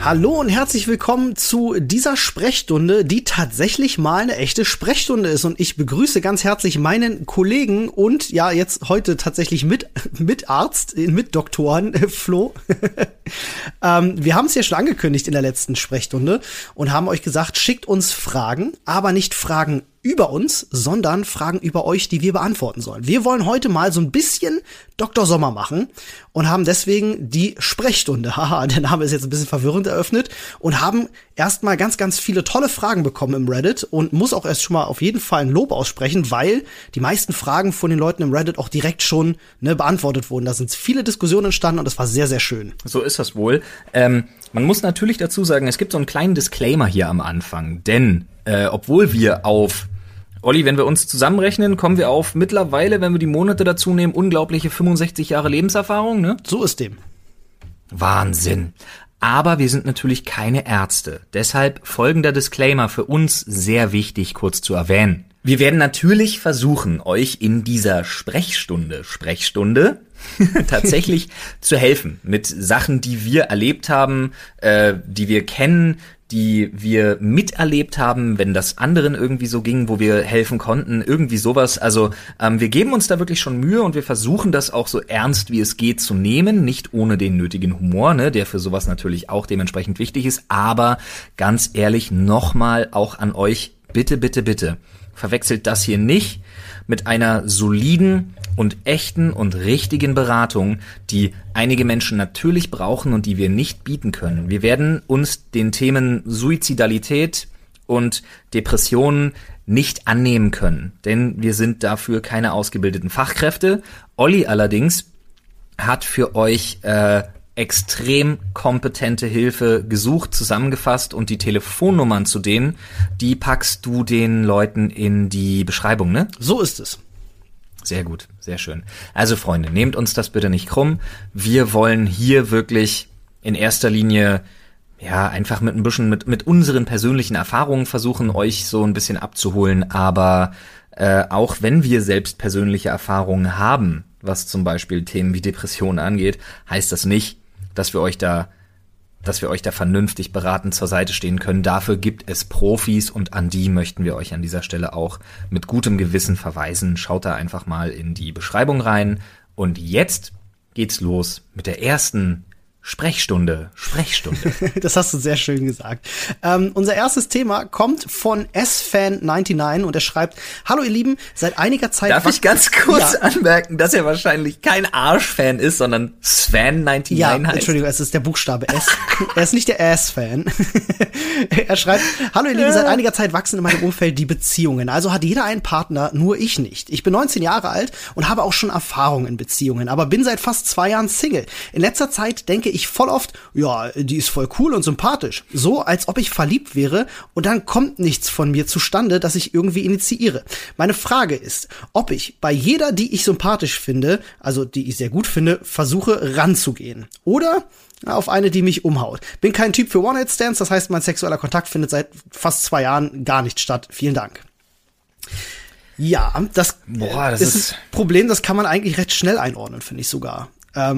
Hallo und herzlich willkommen zu dieser Sprechstunde, die tatsächlich mal eine echte Sprechstunde ist. Und ich begrüße ganz herzlich meinen Kollegen und ja, jetzt heute tatsächlich Mitarzt, Mitdoktoren, Flo. Wir haben es ja schon angekündigt in der letzten Sprechstunde und haben euch gesagt, schickt uns Fragen, aber nicht Fragen über uns, sondern Fragen über euch, die wir beantworten sollen. Wir wollen heute mal so ein bisschen Dr. Sommer machen und haben deswegen die Sprechstunde, haha, der Name ist jetzt ein bisschen verwirrend, eröffnet und haben erstmal ganz, ganz viele tolle Fragen bekommen im Reddit und muss auch erst schon mal auf jeden Fall ein Lob aussprechen, weil die meisten Fragen von den Leuten im Reddit auch direkt schon beantwortet wurden. Da sind viele Diskussionen entstanden und das war sehr, sehr schön. So ist das wohl. Man muss natürlich dazu sagen, es gibt so einen kleinen Disclaimer hier am Anfang, denn obwohl wir Olli, wenn wir uns zusammenrechnen, kommen wir auf mittlerweile, wenn wir die Monate dazu nehmen, unglaubliche 65 Jahre Lebenserfahrung, ne? So ist dem. Wahnsinn. Aber wir sind natürlich keine Ärzte. Deshalb folgender Disclaimer für uns sehr wichtig kurz zu erwähnen. Wir werden natürlich versuchen, euch in dieser Sprechstunde tatsächlich zu helfen mit Sachen, die wir erlebt haben, die wir kennen, die wir miterlebt haben, wenn das anderen irgendwie so ging, wo wir helfen konnten, irgendwie sowas. Also wir geben uns da wirklich schon Mühe und wir versuchen das auch so ernst wie es geht zu nehmen, nicht ohne den nötigen Humor, ne, der für sowas natürlich auch dementsprechend wichtig ist. Aber ganz ehrlich, nochmal auch an euch, bitte, bitte, bitte, verwechselt das hier nicht mit einer soliden und echten und richtigen Beratung, die einige Menschen natürlich brauchen und die wir nicht bieten können. Wir werden uns den Themen Suizidalität und Depressionen nicht annehmen können, denn wir sind dafür keine ausgebildeten Fachkräfte. Olli allerdings hat für euch extrem kompetente Hilfe gesucht, zusammengefasst und die Telefonnummern zu denen, die packst du den Leuten in die Beschreibung, ne? So ist es. Sehr gut, sehr schön. Also Freunde, nehmt uns das bitte nicht krumm. Wir wollen hier wirklich in erster Linie einfach mit ein bisschen mit unseren persönlichen Erfahrungen versuchen, euch so ein bisschen abzuholen, aber auch wenn wir selbst persönliche Erfahrungen haben, was zum Beispiel Themen wie Depressionen angeht, heißt das nicht, dass wir euch da vernünftig beratend zur Seite stehen können. Dafür gibt es Profis und an die möchten wir euch an dieser Stelle auch mit gutem Gewissen verweisen. Schaut da einfach mal in die Beschreibung rein. Und jetzt geht's los mit der ersten Sprechstunde. Das hast du sehr schön gesagt. Unser erstes Thema kommt von sfan99 und er schreibt: Hallo ihr Lieben, seit einiger Zeit... Darf ich ganz kurz anmerken, dass er wahrscheinlich kein Arsch-Fan ist, sondern Svan99 heißt? Entschuldigung, es ist der Buchstabe S. Er ist nicht der Ass-Fan. Er schreibt: Hallo ihr Lieben, seit einiger Zeit wachsen in meinem Umfeld die Beziehungen. Also hat jeder einen Partner, nur ich nicht. Ich bin 19 Jahre alt und habe auch schon Erfahrung in Beziehungen, aber bin seit fast 2 Jahren Single. In letzter Zeit denke ich voll oft, ja, die ist voll cool und sympathisch. So, als ob ich verliebt wäre und dann kommt nichts von mir zustande, das ich irgendwie initiiere. Meine Frage ist, ob ich bei jeder, die ich sympathisch finde, also die ich sehr gut finde, versuche ranzugehen. Oder auf eine, die mich umhaut. Bin kein Typ für One-Night-Stands, das heißt, mein sexueller Kontakt findet seit fast 2 Jahren gar nicht statt. Vielen Dank. Ja, das ist ein Problem, das kann man eigentlich recht schnell einordnen, finde ich sogar.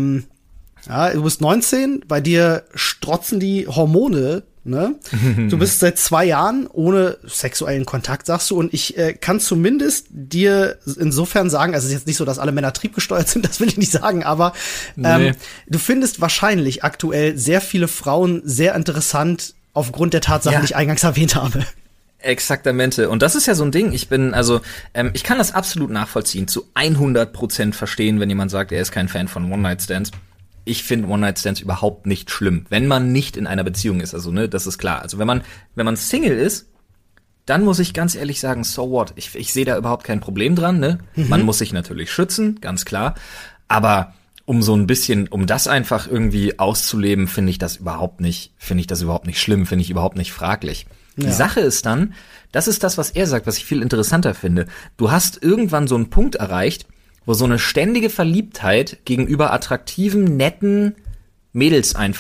Ja, du bist 19, bei dir strotzen die Hormone, ne? Du bist seit 2 Jahren ohne sexuellen Kontakt, sagst du, und ich kann zumindest dir insofern sagen, also es ist jetzt nicht so, dass alle Männer triebgesteuert sind, das will ich nicht sagen, aber du findest wahrscheinlich aktuell sehr viele Frauen sehr interessant aufgrund der Tatsachen, die ich eingangs erwähnt habe. Exaktamente. Und das ist ja so ein Ding. Ich kann das absolut nachvollziehen, zu 100% verstehen, wenn jemand sagt, er ist kein Fan von One-Night-Stands. Ich finde One-Night-Stands überhaupt nicht schlimm, wenn man nicht in einer Beziehung ist. Also, ne, das ist klar. Also, wenn man Single ist, dann muss ich ganz ehrlich sagen, so what? Ich sehe da überhaupt kein Problem dran, ne? Man muss sich natürlich schützen, ganz klar. Aber um das einfach irgendwie auszuleben, finde ich das überhaupt nicht schlimm, finde ich überhaupt nicht fraglich. Ja. Die Sache ist dann, das ist das, was er sagt, was ich viel interessanter finde. Du hast irgendwann so einen Punkt erreicht, wo so eine ständige Verliebtheit gegenüber attraktiven, netten Mädels einfach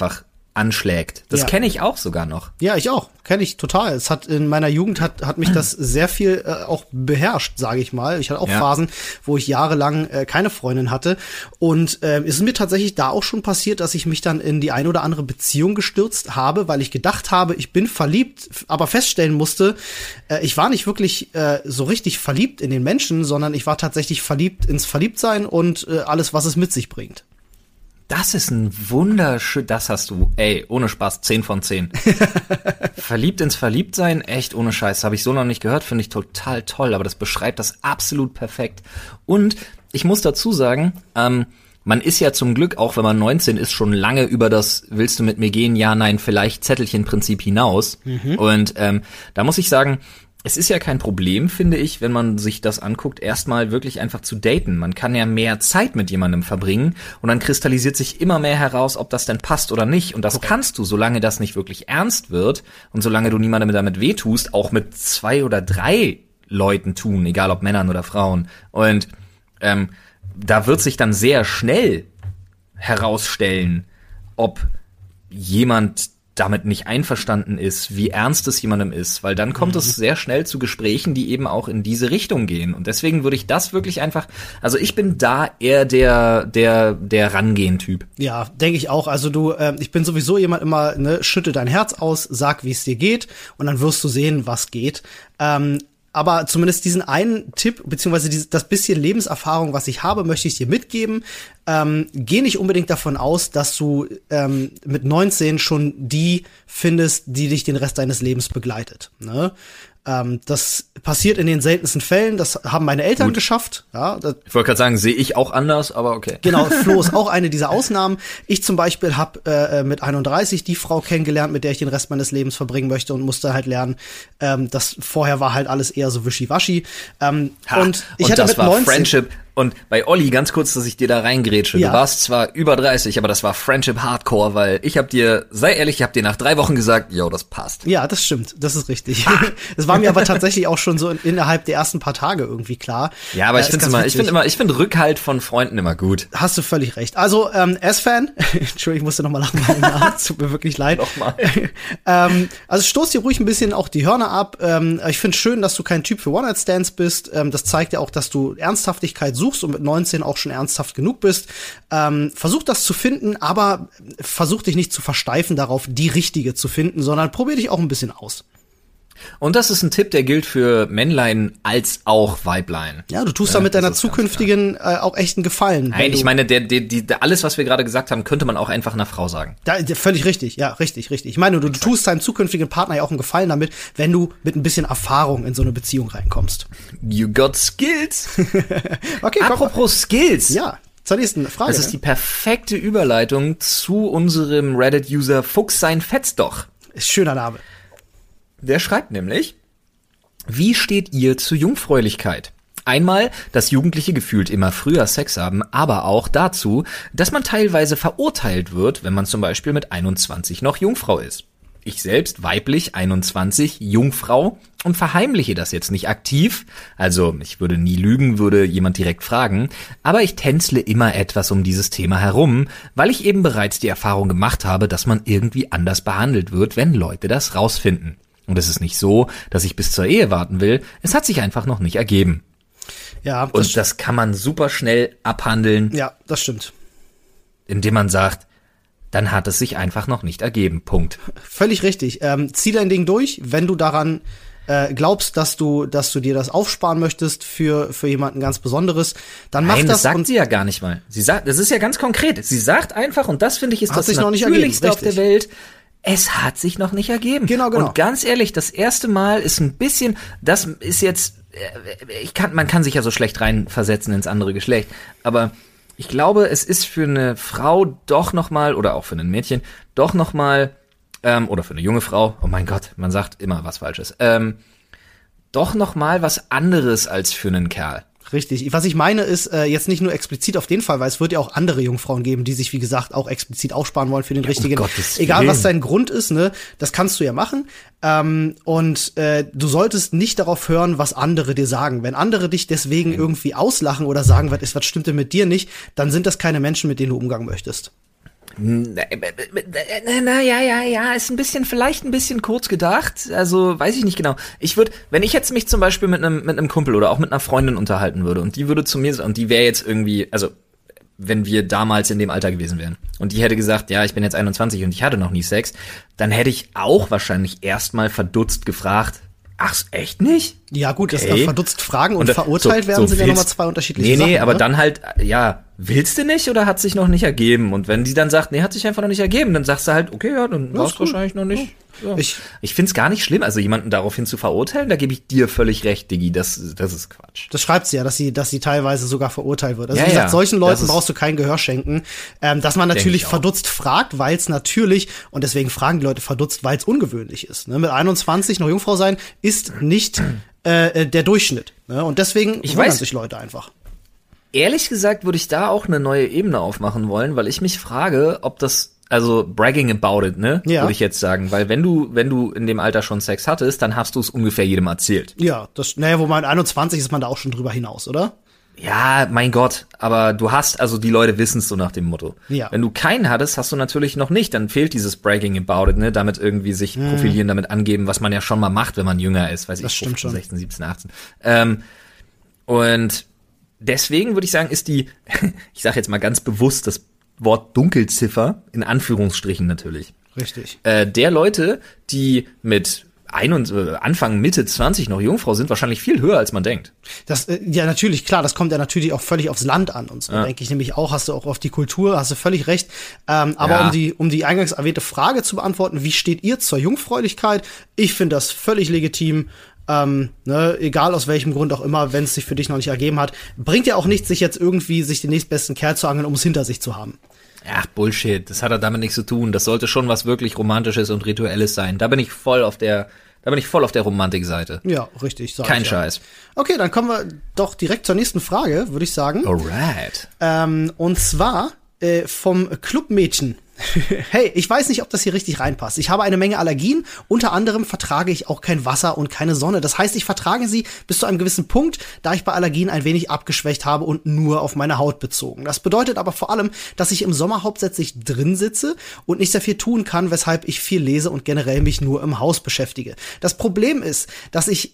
anschlägt. Das kenne ich auch sogar noch. Ja, ich auch. Kenne ich total. Es hat in meiner Jugend hat mich das sehr viel auch beherrscht, sage ich mal. Ich hatte auch Phasen, wo ich jahrelang keine Freundin hatte. Und es ist mir tatsächlich da auch schon passiert, dass ich mich dann in die eine oder andere Beziehung gestürzt habe, weil ich gedacht habe, ich bin verliebt, aber feststellen musste, ich war nicht wirklich so richtig verliebt in den Menschen, sondern ich war tatsächlich verliebt ins Verliebtsein und alles, was es mit sich bringt. Das ist ein wunderschön, das hast du, ohne Spaß, 10 von 10. Verliebt ins Verliebtsein, echt ohne Scheiß, habe ich so noch nicht gehört, finde ich total toll, aber das beschreibt das absolut perfekt. Und ich muss dazu sagen, man ist ja zum Glück, auch wenn man 19 ist, schon lange über das willst du mit mir gehen, ja, nein, vielleicht Zettelchen-Prinzip hinaus. Und da muss ich sagen, es ist ja kein Problem, finde ich, wenn man sich das anguckt, erstmal wirklich einfach zu daten. Man kann ja mehr Zeit mit jemandem verbringen und dann kristallisiert sich immer mehr heraus, ob das denn passt oder nicht. Und das kannst du, solange das nicht wirklich ernst wird und solange du niemandem damit wehtust, auch mit 2 oder 3 Leuten tun, egal ob Männern oder Frauen. Und da wird sich dann sehr schnell herausstellen, ob jemand damit nicht einverstanden ist, wie ernst es jemandem ist, weil dann kommt es sehr schnell zu Gesprächen, die eben auch in diese Richtung gehen. Und deswegen würde ich das wirklich einfach, also ich bin da eher der Rangehen-Typ. Ja, denke ich auch. Also ich bin sowieso jemand immer, ne, schütte dein Herz aus, sag, wie es dir geht und dann wirst du sehen, was geht. Aber zumindest diesen einen Tipp, beziehungsweise das bisschen Lebenserfahrung, was ich habe, möchte ich dir mitgeben. Geh nicht unbedingt davon aus, dass du mit 19 schon die findest, die dich den Rest deines Lebens begleitet. Ne? Das passiert in den seltensten Fällen. Das haben meine Eltern geschafft. Ja, ich wollte gerade sagen, sehe ich auch anders, aber okay. Genau, Flo ist auch eine dieser Ausnahmen. Ich zum Beispiel habe mit 31 die Frau kennengelernt, mit der ich den Rest meines Lebens verbringen möchte und musste halt lernen, das vorher war halt alles eher so wischiwaschi. Und ich hatte das mit war 19 Friendship. Und bei Olli, ganz kurz, dass ich dir da reingrätsche. Ja. Du warst zwar über 30, aber das war Friendship Hardcore, weil sei ehrlich, ich hab dir nach 3 Wochen gesagt, yo, das passt. Ja, das stimmt, das ist richtig. Das war mir aber tatsächlich auch schon so innerhalb der ersten paar Tage irgendwie klar. Ja, aber ich finde Rückhalt von Freunden immer gut. Hast du völlig recht. Also, S-Fan, Entschuldigung, ich musste nochmal lachen, tut mir wirklich leid. Nochmal. Also stoß dir ruhig ein bisschen auch die Hörner ab. Ich finde schön, dass du kein Typ für One-Night-Stands bist. Das zeigt ja auch, dass du Ernsthaftigkeit suchst und mit 19 auch schon ernsthaft genug bist. Versuch das zu finden, aber versuch dich nicht zu versteifen darauf, die richtige zu finden, sondern probier dich auch ein bisschen aus. Und das ist ein Tipp, der gilt für Männlein als auch Weiblein. Ja, du tust damit deiner zukünftigen auch echt einen Gefallen. Nein, ich meine, alles, was wir gerade gesagt haben, könnte man auch einfach einer Frau sagen. Völlig richtig, ja, richtig. Ich meine, du tust deinem zukünftigen Partner ja auch einen Gefallen damit, wenn du mit ein bisschen Erfahrung in so eine Beziehung reinkommst. You got skills. Okay, apropos Skills. Ja. Zur nächsten Frage. Das ist die perfekte Überleitung zu unserem Reddit-User Fuchs sein Fetz doch. Schöner Name. Der schreibt nämlich, wie steht ihr zu Jungfräulichkeit? Einmal, dass Jugendliche gefühlt immer früher Sex haben, aber auch dazu, dass man teilweise verurteilt wird, wenn man zum Beispiel mit 21 noch Jungfrau ist. Ich selbst, weiblich, 21, Jungfrau und verheimliche das jetzt nicht aktiv, also ich würde nie lügen, würde jemand direkt fragen, aber ich tänzle immer etwas um dieses Thema herum, weil ich eben bereits die Erfahrung gemacht habe, dass man irgendwie anders behandelt wird, wenn Leute das rausfinden. Und es ist nicht so, dass ich bis zur Ehe warten will, es hat sich einfach noch nicht ergeben. Ja. Und das kann man super schnell abhandeln. Ja, das stimmt. Indem man sagt, dann hat es sich einfach noch nicht ergeben. Punkt. Völlig richtig. Zieh dein Ding durch, wenn du daran glaubst, dass du dir das aufsparen möchtest für jemanden ganz Besonderes, dann mach das. Nein, das sagt sie ja gar nicht mal. Sie sagt, das ist ja ganz konkret. Sie sagt einfach, und das finde ich ist das Natürlichste auf der Welt, es hat sich noch nicht ergeben. Genau. Und ganz ehrlich, das erste Mal ist ein bisschen, das ist jetzt, man kann sich ja so schlecht reinversetzen ins andere Geschlecht, aber ich glaube, es ist für eine Frau doch nochmal, oder auch für ein Mädchen, doch nochmal, oder für eine junge Frau, oh mein Gott, man sagt immer was Falsches, doch nochmal was anderes als für einen Kerl. Richtig. Was ich meine ist jetzt nicht nur explizit auf den Fall, weil es wird ja auch andere Jungfrauen geben, die sich, wie gesagt, auch explizit aufsparen wollen für den richtigen. Egal, was dein Grund ist, ne, das kannst du ja machen. Und du solltest nicht darauf hören, was andere dir sagen. Wenn andere dich deswegen irgendwie auslachen oder sagen, was stimmt denn mit dir nicht, dann sind das keine Menschen, mit denen du umgehen möchtest. Ja, ist vielleicht ein bisschen kurz gedacht. Also, weiß ich nicht genau. Wenn ich jetzt mich zum Beispiel mit einem Kumpel oder auch mit einer Freundin unterhalten würde und die würde zu mir sagen, und die wäre jetzt irgendwie, also, wenn wir damals in dem Alter gewesen wären und die hätte gesagt, ja, ich bin jetzt 21 und ich hatte noch nie Sex, dann hätte ich auch wahrscheinlich erstmal verdutzt gefragt, ach, echt nicht? Ja gut, okay. Das verdutzt fragen und verurteilt werden sind ja nochmal zwei unterschiedliche Sachen. Nee, aber oder? Dann halt, ja, willst du nicht oder hat sich noch nicht ergeben? Und wenn die dann sagt, nee, hat sich einfach noch nicht ergeben, dann sagst du halt, okay, ja, dann war es wahrscheinlich noch nicht. Ja. Ich find's gar nicht schlimm, also jemanden daraufhin zu verurteilen, da gebe ich dir völlig recht, Diggi, das ist Quatsch. Das schreibt sie ja, dass sie teilweise sogar verurteilt wird. Also wie gesagt, solchen Leuten brauchst du kein Gehör schenken. Dass man natürlich verdutzt fragt, weil es natürlich, und deswegen fragen die Leute verdutzt, weil es ungewöhnlich ist. Ne? Mit 21 noch Jungfrau sein, ist nicht der Durchschnitt. Ne? Und deswegen wundern sich Leute einfach. Ehrlich gesagt würde ich da auch eine neue Ebene aufmachen wollen, weil ich mich frage, ob das, also bragging about it, ne, würde ich jetzt sagen, weil wenn du in dem Alter schon Sex hattest, dann hast du es ungefähr jedem erzählt. Ja, wo man 21 ist man da auch schon drüber hinaus, oder? Ja, mein Gott, aber die Leute wissen es so nach dem Motto. Ja. Wenn du keinen hattest, hast du natürlich noch nicht, dann fehlt dieses bragging about it, ne, damit irgendwie sich profilieren, damit angeben, was man ja schon mal macht, wenn man jünger ist, weiß ich, 15, 16, 17, 18. Und deswegen würde ich sagen, ist ich sage jetzt mal ganz bewusst das Wort Dunkelziffer, in Anführungsstrichen natürlich. Richtig. Der Leute, die mit Anfang, Mitte 20 noch Jungfrau sind, wahrscheinlich viel höher, als man denkt. Das, ja, natürlich, klar, das kommt ja natürlich auch völlig aufs Land an und so, denke ich nämlich auch, hast du auch auf die Kultur, hast du völlig recht. Aber um die eingangs erwähnte Frage zu beantworten, wie steht ihr zur Jungfräulichkeit? Ich finde das völlig legitim. Egal aus welchem Grund auch immer, wenn es sich für dich noch nicht ergeben hat, bringt ja auch nichts, sich jetzt irgendwie sich den nächstbesten Kerl zu angeln, um es hinter sich zu haben. Ach, Bullshit, das hat damit nichts zu tun. Das sollte schon was wirklich Romantisches und Rituelles sein. Da bin ich voll auf der Romantikseite. Ja, richtig. Kein Scheiß. Okay, dann kommen wir doch direkt zur nächsten Frage, würde ich sagen. Alright. Und zwar vom Clubmädchen. Hey, ich weiß nicht, ob das hier richtig reinpasst. Ich habe eine Menge Allergien. Unter anderem vertrage ich auch kein Wasser und keine Sonne. Das heißt, ich vertrage sie bis zu einem gewissen Punkt, da ich bei Allergien ein wenig abgeschwächt habe und nur auf meine Haut bezogen. Das bedeutet aber vor allem, dass ich im Sommer hauptsächlich drin sitze und nicht sehr viel tun kann, weshalb ich viel lese und generell mich nur im Haus beschäftige. Das Problem ist, dass ich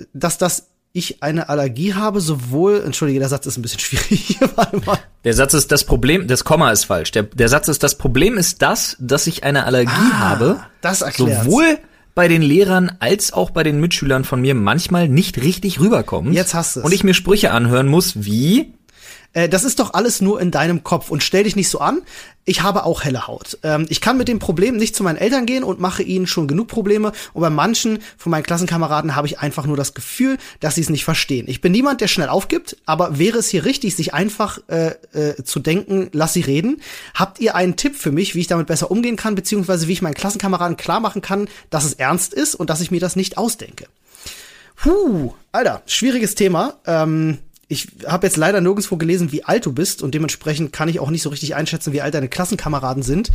eine Allergie habe, entschuldige, der Satz ist ein bisschen schwierig. Warte mal. Der Satz ist das Problem, das Komma ist falsch. Der Satz ist, das Problem ist dass ich eine Allergie habe. Das erklärt's. Sowohl bei den Lehrern als auch bei den Mitschülern von mir manchmal nicht richtig rüberkommt. Jetzt hast du's. Und ich mir Sprüche anhören muss wie: Das ist doch alles nur in deinem Kopf und stell dich nicht so an. Ich habe auch helle Haut. Ich kann mit dem Problem nicht zu meinen Eltern gehen und mache ihnen schon genug Probleme. Und bei manchen von meinen Klassenkameraden habe ich einfach nur das Gefühl, dass sie es nicht verstehen. Ich bin niemand, der schnell aufgibt, aber wäre es hier richtig, sich einfach zu denken, lass sie reden? Habt ihr einen Tipp für mich, wie ich damit besser umgehen kann, beziehungsweise wie ich meinen Klassenkameraden klar machen kann, dass es ernst ist und dass ich mir das nicht ausdenke? Alter, schwieriges Thema. Ich habe jetzt leider nirgendwo gelesen, wie alt du bist und dementsprechend kann ich auch nicht so richtig einschätzen, wie alt deine Klassenkameraden sind.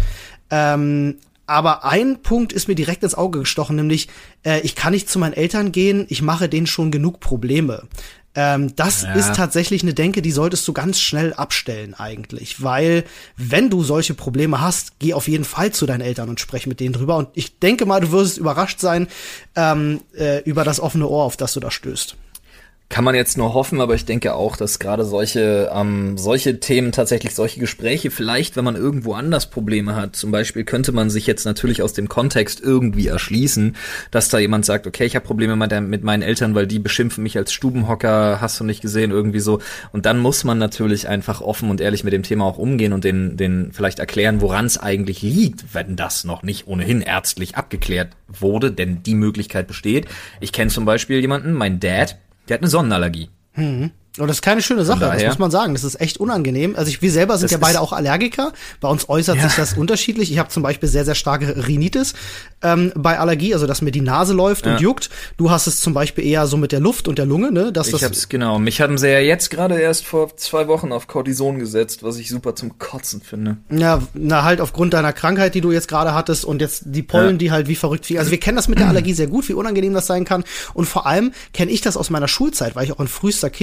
Aber ein Punkt ist mir direkt ins Auge gestochen, nämlich ich kann nicht zu meinen Eltern gehen, ich mache denen schon genug Probleme. Das ist tatsächlich eine Denke, die solltest du ganz schnell abstellen eigentlich, weil wenn du solche Probleme hast, geh auf jeden Fall zu deinen Eltern und sprech mit denen drüber und ich denke mal, du wirst überrascht sein über das offene Ohr, auf das du da stößt. Kann man jetzt nur hoffen, aber ich denke auch, dass gerade solche Themen, tatsächlich solche Gespräche, vielleicht, wenn man irgendwo anders Probleme hat, zum Beispiel könnte man sich jetzt natürlich aus dem Kontext irgendwie erschließen, dass da jemand sagt, okay, ich habe Probleme mit meinen Eltern, weil die beschimpfen mich als Stubenhocker, hast du nicht gesehen, irgendwie so. Und dann muss man natürlich einfach offen und ehrlich mit dem Thema auch umgehen und den vielleicht erklären, woran es eigentlich liegt, wenn das noch nicht ohnehin ärztlich abgeklärt wurde, denn die Möglichkeit besteht. Ich kenne zum Beispiel jemanden, mein Dad, der hat eine Sonnenallergie. Und das ist keine schöne Sache, das muss man sagen. Das ist echt unangenehm. Also wir selber sind ja beide auch Allergiker. Bei uns äußert sich das unterschiedlich. Ich habe zum Beispiel sehr, sehr starke Rhinitis bei Allergie, also dass mir die Nase läuft und juckt. Du hast es zum Beispiel eher so mit der Luft und der Lunge, ne? Ich hab's, genau. Mich haben sie ja jetzt gerade erst vor 2 Wochen auf Cortison gesetzt, was ich super zum Kotzen finde. Ja, halt aufgrund deiner Krankheit, die du jetzt gerade hattest und jetzt die Pollen, die halt wie verrückt fliegen. Also wir kennen das mit der Allergie sehr gut, wie unangenehm das sein kann. Und vor allem kenne ich das aus meiner Schulzeit, weil ich auch in frühester Kindheit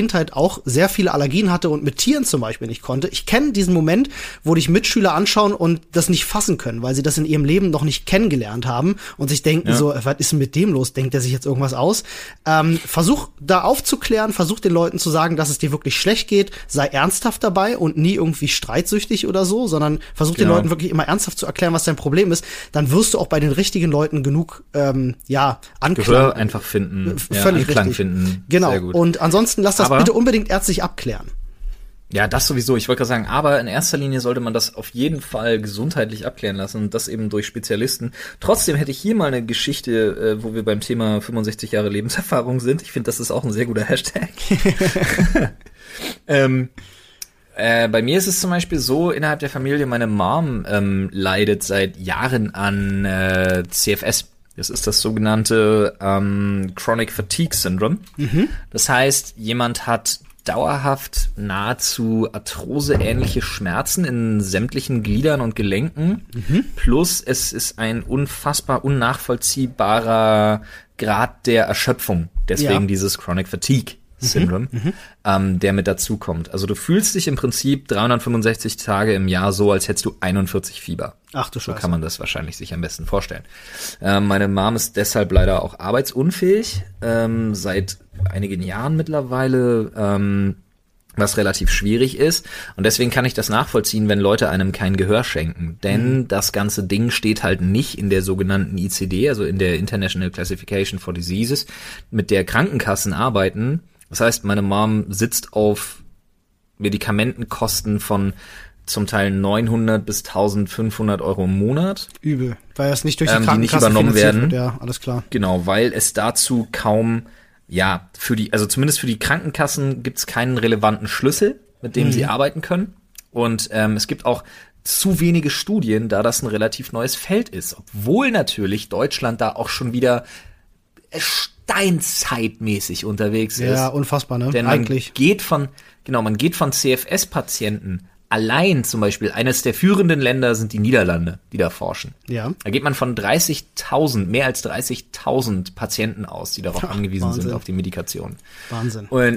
auch sehr viele Allergien hatte und mit Tieren zum Beispiel nicht konnte. Ich kenne diesen Moment, wo dich Mitschüler anschauen und das nicht fassen können, weil sie das in ihrem Leben noch nicht kennengelernt haben und sich denken so, was ist denn mit dem los? Denkt er sich jetzt irgendwas aus? Versuch da aufzuklären, versuch den Leuten zu sagen, dass es dir wirklich schlecht geht, sei ernsthaft dabei und nie irgendwie streitsüchtig oder so, sondern versuch den Leuten wirklich immer ernsthaft zu erklären, was dein Problem ist. Dann wirst du auch bei den richtigen Leuten genug, Anklang. Gehör einfach finden. Völlig Anklang richtig. finden. Genau. Sehr gut. Und ansonsten lass das bitte unbedingt ärztlich abklären. Ja, das sowieso. Ich wollte gerade sagen, aber in erster Linie sollte man das auf jeden Fall gesundheitlich abklären lassen und das eben durch Spezialisten. Trotzdem hätte ich hier mal eine Geschichte, wo wir beim Thema 65 Jahre Lebenserfahrung sind. Ich finde, das ist auch ein sehr guter Hashtag. Bei mir ist es zum Beispiel so, innerhalb der Familie, meine Mom leidet seit Jahren an CFS. Das ist das sogenannte Chronic Fatigue Syndrome. Das heißt, jemand hat dauerhaft nahezu arthroseähnliche Schmerzen in sämtlichen Gliedern und Gelenken. Plus es ist ein unfassbar unnachvollziehbarer Grad der Erschöpfung. Deswegen dieses Chronic Fatigue Syndrome, der mit dazu kommt. Also du fühlst dich im Prinzip 365 Tage im Jahr so, als hättest du 41 Fieber. Ach du Scheiße. So kann man das wahrscheinlich sich am besten vorstellen. Meine Mom ist deshalb leider auch arbeitsunfähig, seit einigen Jahren mittlerweile, was relativ schwierig ist. Und deswegen kann ich das nachvollziehen, wenn Leute einem kein Gehör schenken. Denn das ganze Ding steht halt nicht in der sogenannten ICD, also in der International Classification for Diseases, mit der Krankenkassen arbeiten. Das heißt, meine Mom sitzt auf Medikamentenkosten von zum Teil 900 bis 1500 Euro im Monat. Übel, weil das nicht durch die die Krankenkasse nicht übernommen werden. wird. Ja, alles klar. Genau, weil es dazu kaum, also zumindest für die Krankenkassen gibt's keinen relevanten Schlüssel, mit dem sie arbeiten können. Und es gibt auch zu wenige Studien, da das ein relativ neues Feld ist. Obwohl natürlich Deutschland da auch schon wieder steinzeitmäßig unterwegs ist. Ja, unfassbar, ne? Denn man geht von CFS-Patienten allein zum Beispiel, eines der führenden Länder sind die Niederlande, die da forschen. Ja. Da geht man von mehr als 30.000 Patienten aus, die darauf angewiesen sind, auf die Medikation. Wahnsinn. Und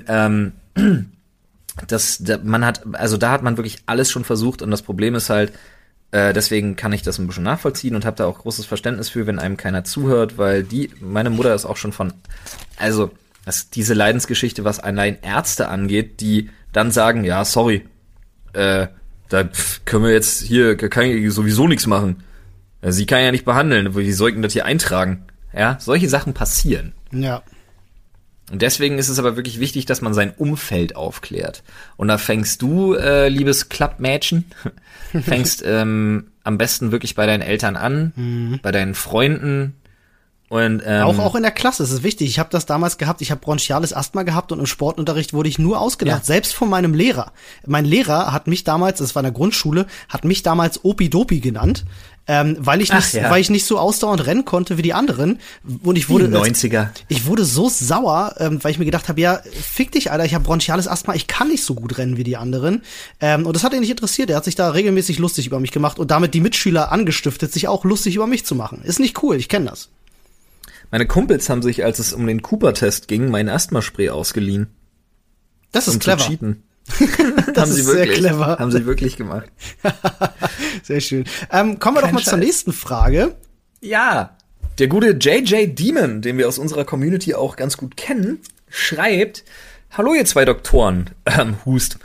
da hat man wirklich alles schon versucht und das Problem ist halt, deswegen kann ich das ein bisschen nachvollziehen und habe da auch großes Verständnis für, wenn einem keiner zuhört, weil meine Mutter ist auch schon diese Leidensgeschichte, was allein Ärzte angeht, die dann sagen, ja, sorry, da können wir jetzt hier, kann ich sowieso nichts machen. Sie kann ja nicht behandeln, wie sollten das hier eintragen? Ja, solche Sachen passieren. Ja. Und deswegen ist es aber wirklich wichtig, dass man sein Umfeld aufklärt. Und da fängst du, liebes Klappmädchen, am besten wirklich bei deinen Eltern an, bei deinen Freunden. Und auch in der Klasse, das ist wichtig. Ich habe das damals gehabt, ich habe bronchiales Asthma gehabt und im Sportunterricht wurde ich nur ausgelacht, selbst von meinem Lehrer. Mein Lehrer hat mich damals, das war in der Grundschule, Opidopi genannt, weil ich nicht so ausdauernd rennen konnte wie die anderen. Und ich wurde die 90er. Ich wurde so sauer, weil ich mir gedacht habe, ja, fick dich, Alter, ich habe bronchiales Asthma, ich kann nicht so gut rennen wie die anderen. Und das hat ihn nicht interessiert. Er hat sich da regelmäßig lustig über mich gemacht und damit die Mitschüler angestiftet, sich auch lustig über mich zu machen. Ist nicht cool, ich kenne das. Meine Kumpels haben sich, als es um den Cooper-Test ging, mein Asthmaspray ausgeliehen. Das ist clever. Zu cheaten. Das ist sehr clever. Haben sie wirklich gemacht. Sehr schön. Kommen wir doch mal zur nächsten Frage. Ja, der gute JJ Demon, den wir aus unserer Community auch ganz gut kennen, schreibt: Hallo ihr zwei Doktoren, Hust.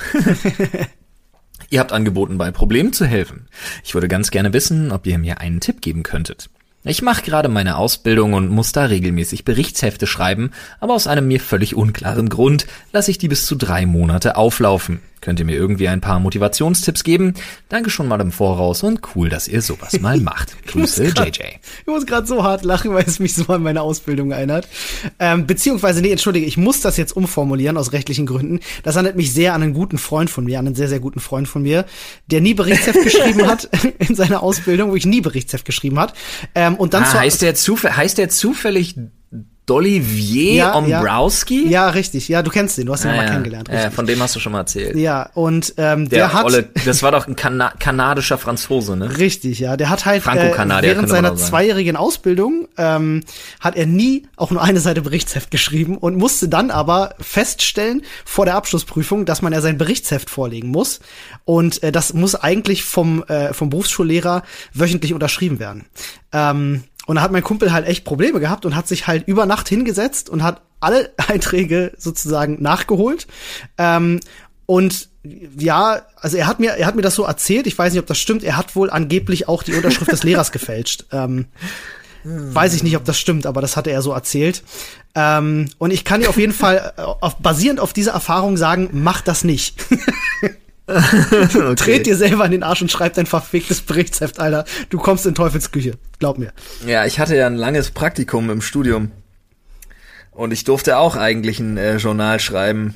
Ihr habt angeboten, bei Problemen zu helfen. Ich würde ganz gerne wissen, ob ihr mir einen Tipp geben könntet. Ich mache gerade meine Ausbildung und muss da regelmäßig Berichtshefte schreiben, aber aus einem mir völlig unklaren Grund lasse ich die bis zu 3 Monate auflaufen. Könnt ihr mir irgendwie ein paar Motivationstipps geben? Danke schon mal im Voraus und cool, dass ihr sowas mal macht. Grüße, JJ. Ich muss gerade so hart lachen, weil es mich so an meine Ausbildung erinnert. Entschuldige, ich muss das jetzt umformulieren aus rechtlichen Gründen. Das erinnert mich sehr an einen guten Freund von mir, an einen sehr, sehr guten Freund von mir, der nie Berichtsheft geschrieben hat in seiner Ausbildung, wo ich nie Berichtsheft geschrieben hat. Und dann heißt der zufällig D'Olivier Ombrowski? Ja, richtig. Ja, du kennst den. Du hast ihn mal kennengelernt. Richtig. Ja, von dem hast du schon mal erzählt. Ja, und der hat... das war doch ein kanadischer Franzose, ne? Richtig, ja. Der hat halt Franco-Kanadier, während seiner 2-jährigen Ausbildung hat er nie auch nur eine Seite Berichtsheft geschrieben und musste dann aber feststellen vor der Abschlussprüfung, dass man ja sein Berichtsheft vorlegen muss. Und das muss eigentlich vom Berufsschullehrer wöchentlich unterschrieben werden. Und da hat mein Kumpel halt echt Probleme gehabt und hat sich halt über Nacht hingesetzt und hat alle Einträge sozusagen nachgeholt. Und ja, also er hat mir das so erzählt, ich weiß nicht, ob das stimmt, er hat wohl angeblich auch die Unterschrift des Lehrers gefälscht. Weiß ich nicht, ob das stimmt, aber das hatte er so erzählt. Und ich kann dir auf jeden Fall basierend auf dieser Erfahrung sagen, mach das nicht. Okay. Tret dir selber in den Arsch und schreib dein verficktes Berichtsheft, Alter. Du kommst in Teufelsküche, glaub mir. Ja, ich hatte ja ein langes Praktikum im Studium. Und ich durfte auch eigentlich ein Journal schreiben.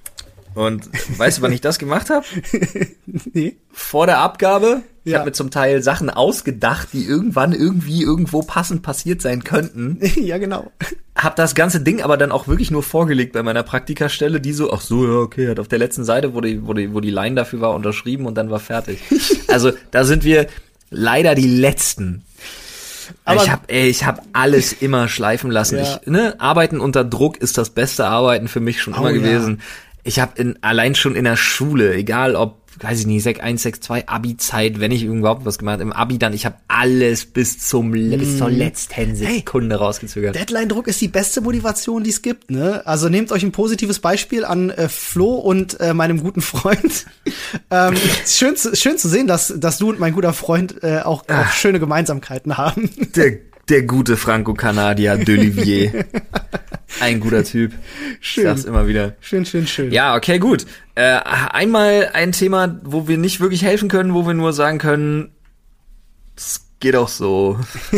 Und weißt du, wann ich das gemacht habe? Nee. Vor der Abgabe. Ich habe mir zum Teil Sachen ausgedacht, die irgendwann irgendwie irgendwo passend passiert sein könnten. Ja, genau. Hab das ganze Ding aber dann auch wirklich nur vorgelegt bei meiner Praktikastelle, die so, ach so, ja, okay, hat auf der letzten Seite, wo die Line dafür war, unterschrieben und dann war fertig. Also, da sind wir leider die Letzten. Aber ich hab alles immer schleifen lassen. Ja. Arbeiten unter Druck ist das beste Arbeiten für mich schon immer gewesen. Ich habe allein schon in der Schule, egal ob, weiß ich nicht, Sek 1, Sek 2, Abi-Zeit, wenn ich überhaupt was gemacht habe, im Abi dann, ich habe alles bis zur letzten Sekunde rausgezögert. Deadline-Druck ist die beste Motivation, die es gibt, ne? Also nehmt euch ein positives Beispiel an Flo und meinem guten Freund. Schön zu sehen, dass du und mein guter Freund auch schöne Gemeinsamkeiten haben. Der gute Franco-Kanadier D'Olivier. Ein guter Typ. Schön. Ich sag's immer wieder. Schön. Ja, okay, gut. Einmal ein Thema, wo wir nicht wirklich helfen können, wo wir nur sagen können, es geht auch so.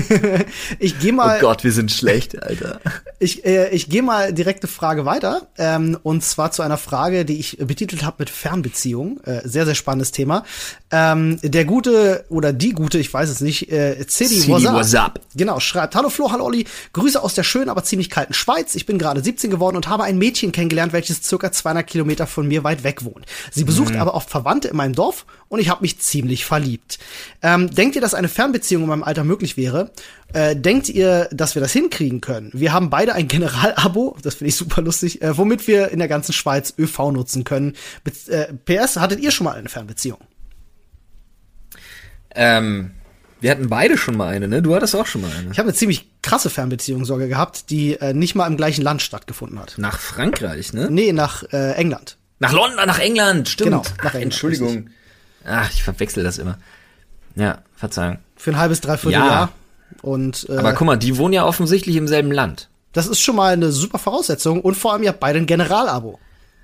Ich gehe mal. Oh Gott, wir sind schlecht, Alter. Ich gehe mal direkte Frage weiter. Und zwar zu einer Frage, die ich betitelt habe mit Fernbeziehung. Sehr, sehr spannendes Thema. Der Gute oder die Gute, ich weiß es nicht, Cedi What's up? Genau, schreibt: Hallo Flo, hallo Olli. Grüße aus der schönen, aber ziemlich kalten Schweiz. Ich bin gerade 17 geworden und habe ein Mädchen kennengelernt, welches circa 200 Kilometer von mir weit weg wohnt. Sie besucht aber oft Verwandte in meinem Dorf und ich habe mich ziemlich verliebt. Denkt ihr, dass eine Fernbeziehung in meinem Alter möglich wäre? Denkt ihr, dass wir das hinkriegen können? Wir haben beide ein Generalabo, das finde ich super lustig, womit wir in der ganzen Schweiz ÖV nutzen können. PS, hattet ihr schon mal eine Fernbeziehung? Wir hatten beide schon mal eine, ne? Du hattest auch schon mal eine. Ich habe eine ziemlich krasse Fernbeziehung sogar gehabt, die nicht mal im gleichen Land stattgefunden hat. Nach Frankreich, ne? Nee, nach England. Nach London, nach England, stimmt. Genau, nach England. Entschuldigung. Richtig. Ach, ich verwechsel das immer. Ja, Verzeihung. Für ein halbes, dreiviertel Jahr. Und, aber guck mal, die wohnen ja offensichtlich im selben Land. Das ist schon mal eine super Voraussetzung. Und vor allem, ihr habt beide ein Generalabo.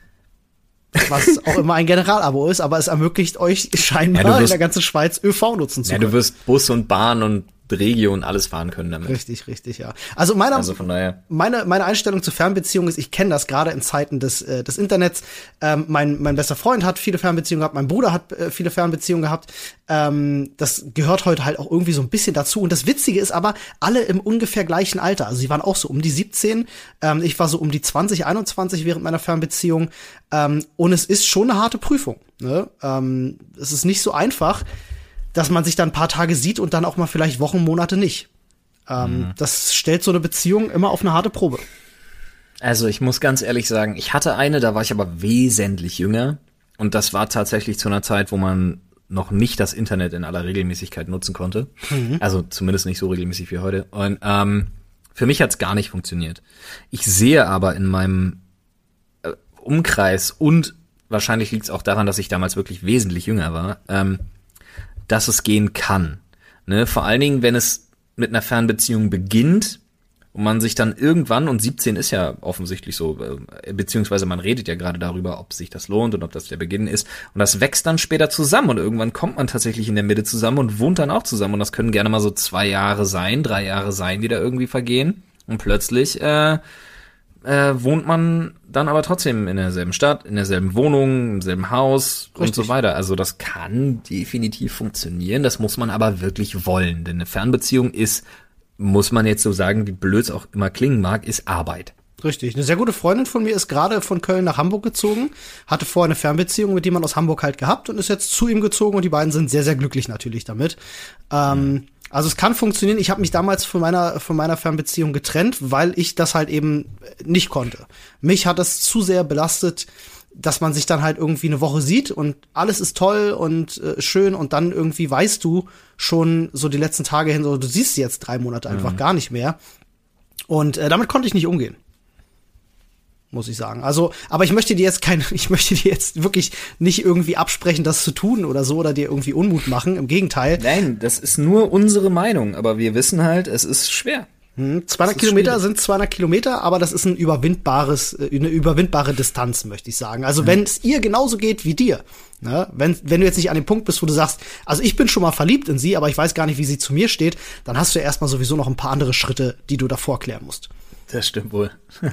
Was auch immer ein Generalabo ist, aber es ermöglicht euch scheinbar in der ganzen Schweiz ÖV nutzen zu können. Ja, du wirst Bus und Bahn und Regio und alles fahren können damit. Richtig, ja. Also von daher. Meine Einstellung zur Fernbeziehung ist, ich kenne das gerade in Zeiten des Internets. Mein bester Freund hat viele Fernbeziehungen gehabt, mein Bruder hat viele Fernbeziehungen gehabt. Das gehört heute halt auch irgendwie so ein bisschen dazu. Und das Witzige ist aber, alle im ungefähr gleichen Alter. Also sie waren auch so um die 17. Ich war so um die 20, 21 während meiner Fernbeziehung. Und es ist schon eine harte Prüfung. Ne? Es ist nicht so einfach, dass man sich dann ein paar Tage sieht und dann auch mal vielleicht Wochen, Monate nicht. Das stellt so eine Beziehung immer auf eine harte Probe. Also ich muss ganz ehrlich sagen, ich hatte eine, da war ich aber wesentlich jünger. Und das war tatsächlich zu einer Zeit, wo man noch nicht das Internet in aller Regelmäßigkeit nutzen konnte. Also zumindest nicht so regelmäßig wie heute. Und für mich hat's gar nicht funktioniert. Ich sehe aber in meinem Umkreis, und wahrscheinlich liegt's auch daran, dass ich damals wirklich wesentlich jünger war, dass es gehen kann. Ne? Vor allen Dingen, wenn es mit einer Fernbeziehung beginnt und man sich dann irgendwann, und 17 ist ja offensichtlich so, beziehungsweise man redet ja gerade darüber, ob sich das lohnt und ob das der Beginn ist, und das wächst dann später zusammen und irgendwann kommt man tatsächlich in der Mitte zusammen und wohnt dann auch zusammen, und das können gerne mal so 2 Jahre sein, 3 Jahre sein, die da irgendwie vergehen, und plötzlich wohnt man dann aber trotzdem in derselben Stadt, in derselben Wohnung, im selben Haus. Richtig. Und so weiter. Also das kann definitiv funktionieren, das muss man aber wirklich wollen, denn eine Fernbeziehung ist muss man jetzt so sagen, wie blöd es auch immer klingen mag, ist Arbeit. Richtig. Eine sehr gute Freundin von mir ist gerade von Köln nach Hamburg gezogen, hatte vorher eine Fernbeziehung mit jemand aus Hamburg halt gehabt und ist jetzt zu ihm gezogen und die beiden sind sehr, sehr glücklich natürlich damit. Also es kann funktionieren. Ich habe mich damals von meiner Fernbeziehung getrennt, weil ich das halt eben nicht konnte. Mich hat das zu sehr belastet, dass man sich dann halt irgendwie eine Woche sieht und alles ist toll und schön und dann irgendwie weißt du schon so die letzten Tage hin, so du siehst sie jetzt 3 Monate einfach gar nicht mehr. Und damit konnte ich nicht umgehen. Muss ich sagen. Also, aber ich möchte dir jetzt wirklich nicht irgendwie absprechen, das zu tun oder so oder dir irgendwie Unmut machen. Im Gegenteil. Nein, das ist nur unsere Meinung, aber wir wissen halt, es ist schwer. 200 Kilometer schwierig. Sind 200 Kilometer, aber das ist eine überwindbare Distanz, möchte ich sagen. Also wenn es ihr genauso geht wie dir, ne? Wenn du jetzt nicht an dem Punkt bist, wo du sagst, also ich bin schon mal verliebt in sie, aber ich weiß gar nicht, wie sie zu mir steht, dann hast du ja erstmal sowieso noch ein paar andere Schritte, die du davor klären musst. Das stimmt wohl.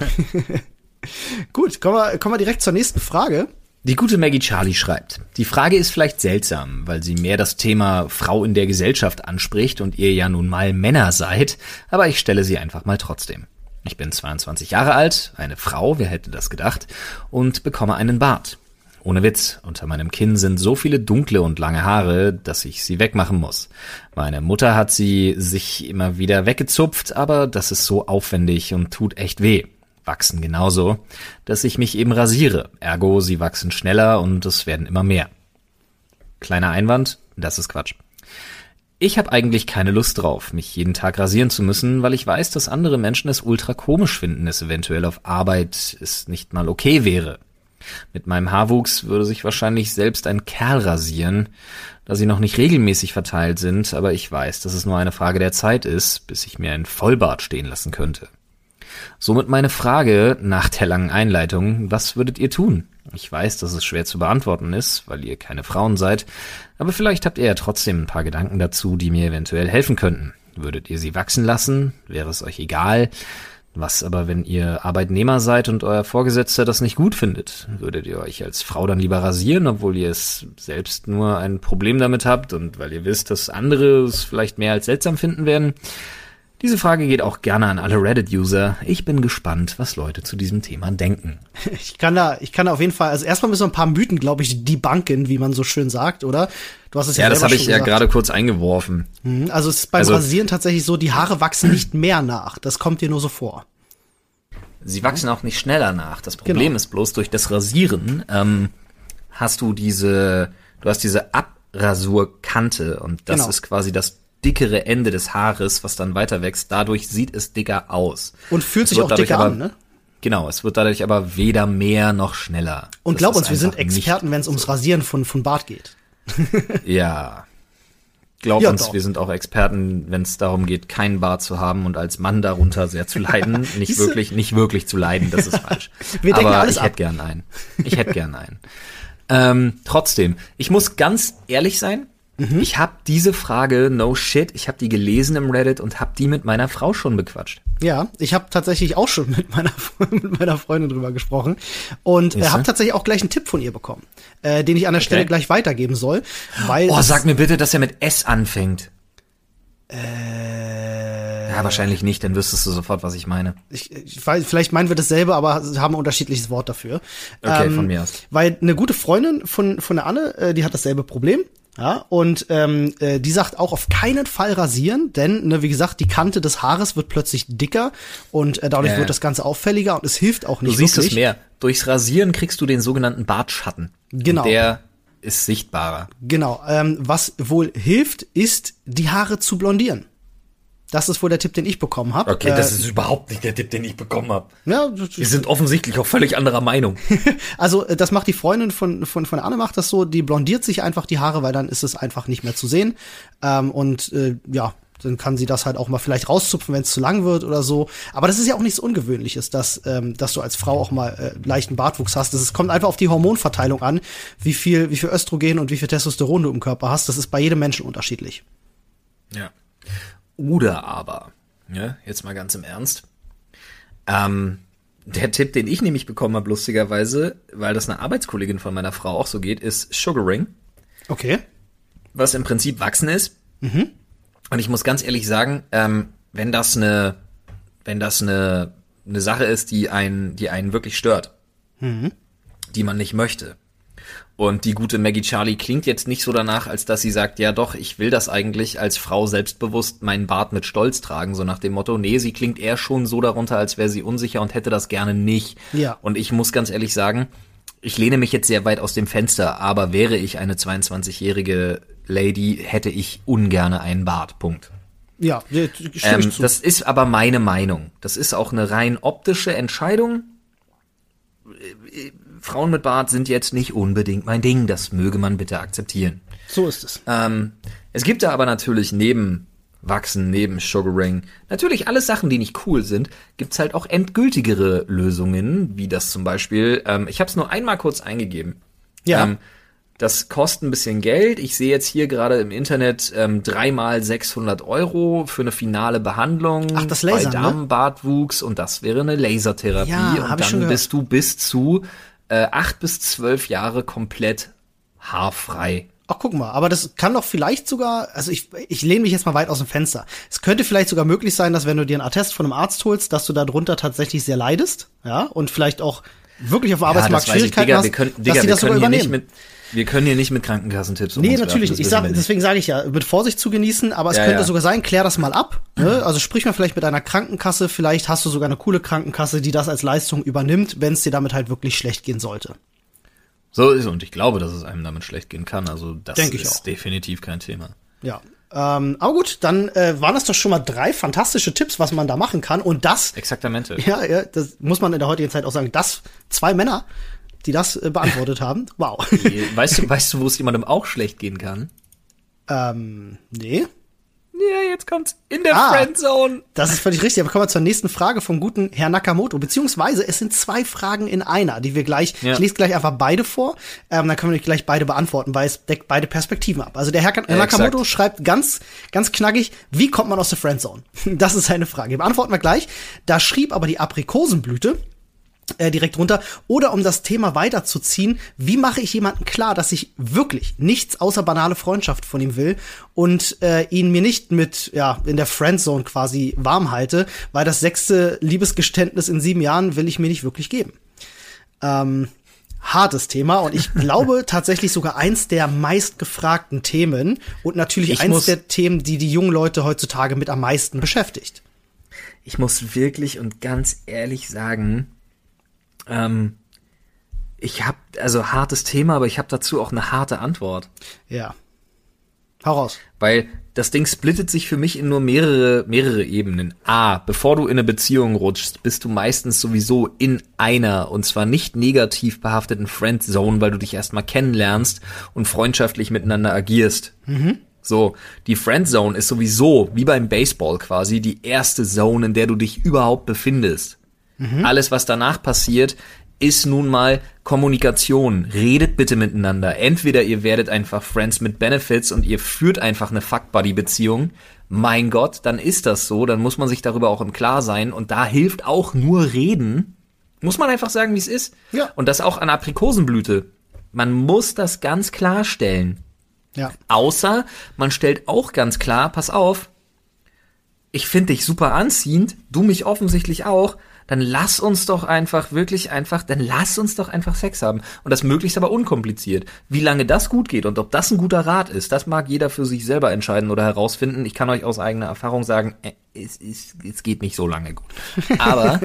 Gut, kommen wir direkt zur nächsten Frage. Die gute Maggie Charlie schreibt, die Frage ist vielleicht seltsam, weil sie mehr das Thema Frau in der Gesellschaft anspricht und ihr ja nun mal Männer seid, aber ich stelle sie einfach mal trotzdem. Ich bin 22 Jahre alt, eine Frau, wer hätte das gedacht, und bekomme einen Bart. Ohne Witz, unter meinem Kinn sind so viele dunkle und lange Haare, dass ich sie wegmachen muss. Meine Mutter hat sie sich immer wieder weggezupft, aber das ist so aufwendig und tut echt weh. Wachsen genauso, dass ich mich eben rasiere. Ergo, sie wachsen schneller und es werden immer mehr. Kleiner Einwand, das ist Quatsch. Ich habe eigentlich keine Lust drauf, mich jeden Tag rasieren zu müssen, weil ich weiß, dass andere Menschen es ultra komisch finden, es eventuell auf Arbeit es nicht mal okay wäre. Mit meinem Haarwuchs würde sich wahrscheinlich selbst ein Kerl rasieren, da sie noch nicht regelmäßig verteilt sind, aber ich weiß, dass es nur eine Frage der Zeit ist, bis ich mir einen Vollbart stehen lassen könnte. Somit meine Frage nach der langen Einleitung, was würdet ihr tun? Ich weiß, dass es schwer zu beantworten ist, weil ihr keine Frauen seid, aber vielleicht habt ihr ja trotzdem ein paar Gedanken dazu, die mir eventuell helfen könnten. Würdet ihr sie wachsen lassen? Wäre es euch egal? Was aber, wenn ihr Arbeitnehmer seid und euer Vorgesetzter das nicht gut findet? Würdet ihr euch als Frau dann lieber rasieren, obwohl ihr es selbst nur ein Problem damit habt und weil ihr wisst, dass andere es vielleicht mehr als seltsam finden werden? Diese Frage geht auch gerne an alle Reddit-User. Ich bin gespannt, was Leute zu diesem Thema denken. Ich kann da auf jeden Fall, also erstmal müssen wir ein paar Mythen, glaube ich, debunken, wie man so schön sagt, oder? Du hast es ja das habe ich ja gerade kurz eingeworfen. Also es ist beim Rasieren tatsächlich so, die Haare wachsen nicht mehr nach. Das kommt dir nur so vor. Sie wachsen auch nicht schneller nach. Das Problem ist bloß, durch das Rasieren hast du diese Abrasurkante und das ist quasi das dickere Ende des Haares, was dann weiter wächst. Dadurch sieht es dicker aus. Und fühlt sich auch dicker an, ne? Genau, es wird dadurch aber weder mehr noch schneller. Und glaub uns, wir sind Experten, wenn es ums Rasieren von Bart geht. Ja. Glaub uns, wir sind auch Experten, wenn es darum geht, keinen Bart zu haben und als Mann darunter sehr zu leiden. Nicht wirklich zu leiden, das ist falsch. Aber ich hätte gern einen. Trotzdem, ich muss ganz ehrlich sein, ich habe diese Frage, no shit, ich habe die gelesen im Reddit und habe die mit meiner Frau schon bequatscht. Ja, ich habe tatsächlich auch schon mit meiner Freundin drüber gesprochen und habe tatsächlich auch gleich einen Tipp von ihr bekommen, den ich an der Stelle gleich weitergeben soll. Weil sag mir bitte, dass er mit S anfängt. Ja, wahrscheinlich nicht, dann wüsstest du sofort, was ich meine. Ich weiß, vielleicht meinen wir dasselbe, aber haben ein unterschiedliches Wort dafür. Okay, von mir aus. Weil eine gute Freundin von der Anne, die hat dasselbe Problem. Ja, und die sagt auch auf keinen Fall rasieren, denn, ne, wie gesagt, die Kante des Haares wird plötzlich dicker und dadurch wird das Ganze auffälliger und es hilft auch nicht wirklich. Du siehst es mehr. Durchs Rasieren kriegst du den sogenannten Bartschatten. Genau. Und der ist sichtbarer. Genau. Was wohl hilft, ist, die Haare zu blondieren. Das ist wohl der Tipp, den ich bekommen habe. Okay, das ist überhaupt nicht der Tipp, den ich bekommen habe. Ja, wir sind offensichtlich auch völlig anderer Meinung. Also das macht die Freundin von Anne, macht das so, die blondiert sich einfach die Haare, weil dann ist es einfach nicht mehr zu sehen. Dann kann sie das halt auch mal vielleicht rauszupfen, wenn es zu lang wird oder so. Aber das ist ja auch nichts Ungewöhnliches, dass du als Frau auch mal leichten Bartwuchs hast. Es kommt einfach auf die Hormonverteilung an, wie viel Östrogen und wie viel Testosteron du im Körper hast. Das ist bei jedem Menschen unterschiedlich. Ja. Oder aber, ja, jetzt mal ganz im Ernst, der Tipp, den ich nämlich bekommen habe, lustigerweise, weil das eine Arbeitskollegin von meiner Frau auch so geht, ist Sugaring. Okay. Was im Prinzip wachsen ist. Und ich muss ganz ehrlich sagen, wenn das eine Sache ist, die einen wirklich stört, die man nicht möchte. Und die gute Maggie Charlie klingt jetzt nicht so danach, als dass sie sagt, ja doch, ich will das eigentlich als Frau selbstbewusst meinen Bart mit Stolz tragen, so nach dem Motto, nee, sie klingt eher schon so darunter, als wäre sie unsicher und hätte das gerne nicht. Ja. Und ich muss ganz ehrlich sagen, ich lehne mich jetzt sehr weit aus dem Fenster, aber wäre ich eine 22-jährige Lady, hätte ich ungerne einen Bart, Punkt. Ja, stimme ich zu. Das ist aber meine Meinung. Das ist auch eine rein optische Entscheidung. Frauen mit Bart sind jetzt nicht unbedingt mein Ding. Das möge man bitte akzeptieren. So ist es. Es gibt da aber natürlich neben Wachsen, neben Sugaring, natürlich alles Sachen, die nicht cool sind, gibt's halt auch endgültigere Lösungen, wie das zum Beispiel, ich habe es nur einmal kurz eingegeben. Ja. Das kostet ein bisschen Geld. Ich sehe jetzt hier gerade im Internet 3x 600 € für eine finale Behandlung. Ach, das Lasern, bei Darmbartwuchs, und das wäre eine Lasertherapie. Ja, und dann bist du bis zu 8 bis 12 Jahre komplett haarfrei. Ach, guck mal, aber das kann doch vielleicht sogar, also ich lehne mich jetzt mal weit aus dem Fenster. Es könnte vielleicht sogar möglich sein, dass wenn du dir einen Attest von einem Arzt holst, dass du da drunter tatsächlich sehr leidest, ja, und vielleicht auch wirklich auf dem Arbeitsmarkt Schwierigkeiten hast, dass die das sogar übernehmen. Wir können hier nicht mit Krankenkassetipps Nee, natürlich nicht. Deswegen sage ich ja, mit Vorsicht zu genießen, aber es könnte sogar sein, klär das mal ab. Ne? Also sprich mal vielleicht mit einer Krankenkasse, vielleicht hast du sogar eine coole Krankenkasse, die das als Leistung übernimmt, wenn es dir damit halt wirklich schlecht gehen sollte. So ist, und ich glaube, dass es einem damit schlecht gehen kann. Also das ist definitiv kein Thema. Ja. Aber gut, dann waren das doch schon mal 3 fantastische Tipps, was man da machen kann. Und das. Exaktamente. Ja, das muss man in der heutigen Zeit auch sagen. Das 2 Männer, die das beantwortet haben. Wow. Weißt du, wo es jemandem auch schlecht gehen kann? Nee. Ja, jetzt kommt's in der Friendzone. Das ist völlig richtig. Aber kommen wir zur nächsten Frage vom guten Herr Nakamoto. Beziehungsweise es sind 2 Fragen in einer, die wir gleich, ich lese gleich einfach beide vor, dann können wir gleich beide beantworten, weil es deckt beide Perspektiven ab. Also der Herr Nakamoto schreibt ganz, ganz knackig, wie kommt man aus der Friendzone? Das ist seine Frage. Die beantworten wir gleich. Da schrieb aber die Aprikosenblüte direkt runter. Oder um das Thema weiterzuziehen, wie mache ich jemandem klar, dass ich wirklich nichts außer banale Freundschaft von ihm will und ihn mir nicht mit, in der Friendzone quasi warm halte, weil das 6. Liebesgeständnis in 7 Jahren will ich mir nicht wirklich geben. Hartes Thema und ich glaube tatsächlich sogar eins der meistgefragten Themen und natürlich eins der Themen, die die jungen Leute heutzutage mit am meisten beschäftigt. Ich muss wirklich und ganz ehrlich sagen, ich habe, also hartes Thema, aber ich habe dazu auch eine harte Antwort. Ja. Hau raus. Weil das Ding splittet sich für mich in nur mehrere Ebenen. A, bevor du in eine Beziehung rutschst, bist du meistens sowieso in einer, und zwar nicht negativ behafteten Friendzone, weil du dich erstmal kennenlernst und freundschaftlich miteinander agierst. So, die Friendzone ist sowieso, wie beim Baseball quasi, die erste Zone, in der du dich überhaupt befindest. Alles, was danach passiert, ist nun mal Kommunikation. Redet bitte miteinander. Entweder ihr werdet einfach Friends mit Benefits und ihr führt einfach eine Fuck-Buddy-Beziehung. Mein Gott, dann ist das so. Dann muss man sich darüber auch im Klaren sein. Und da hilft auch nur Reden. Muss man einfach sagen, wie es ist. Ja. Und das auch an Aprikosenblüte. Man muss das ganz klarstellen. Ja. Außer man stellt auch ganz klar, pass auf, ich finde dich super anziehend, du mich offensichtlich auch, dann lass uns doch einfach Sex haben. Und das möglichst aber unkompliziert. Wie lange das gut geht und ob das ein guter Rat ist, das mag jeder für sich selber entscheiden oder herausfinden. Ich kann euch aus eigener Erfahrung sagen, es geht nicht so lange gut. Aber,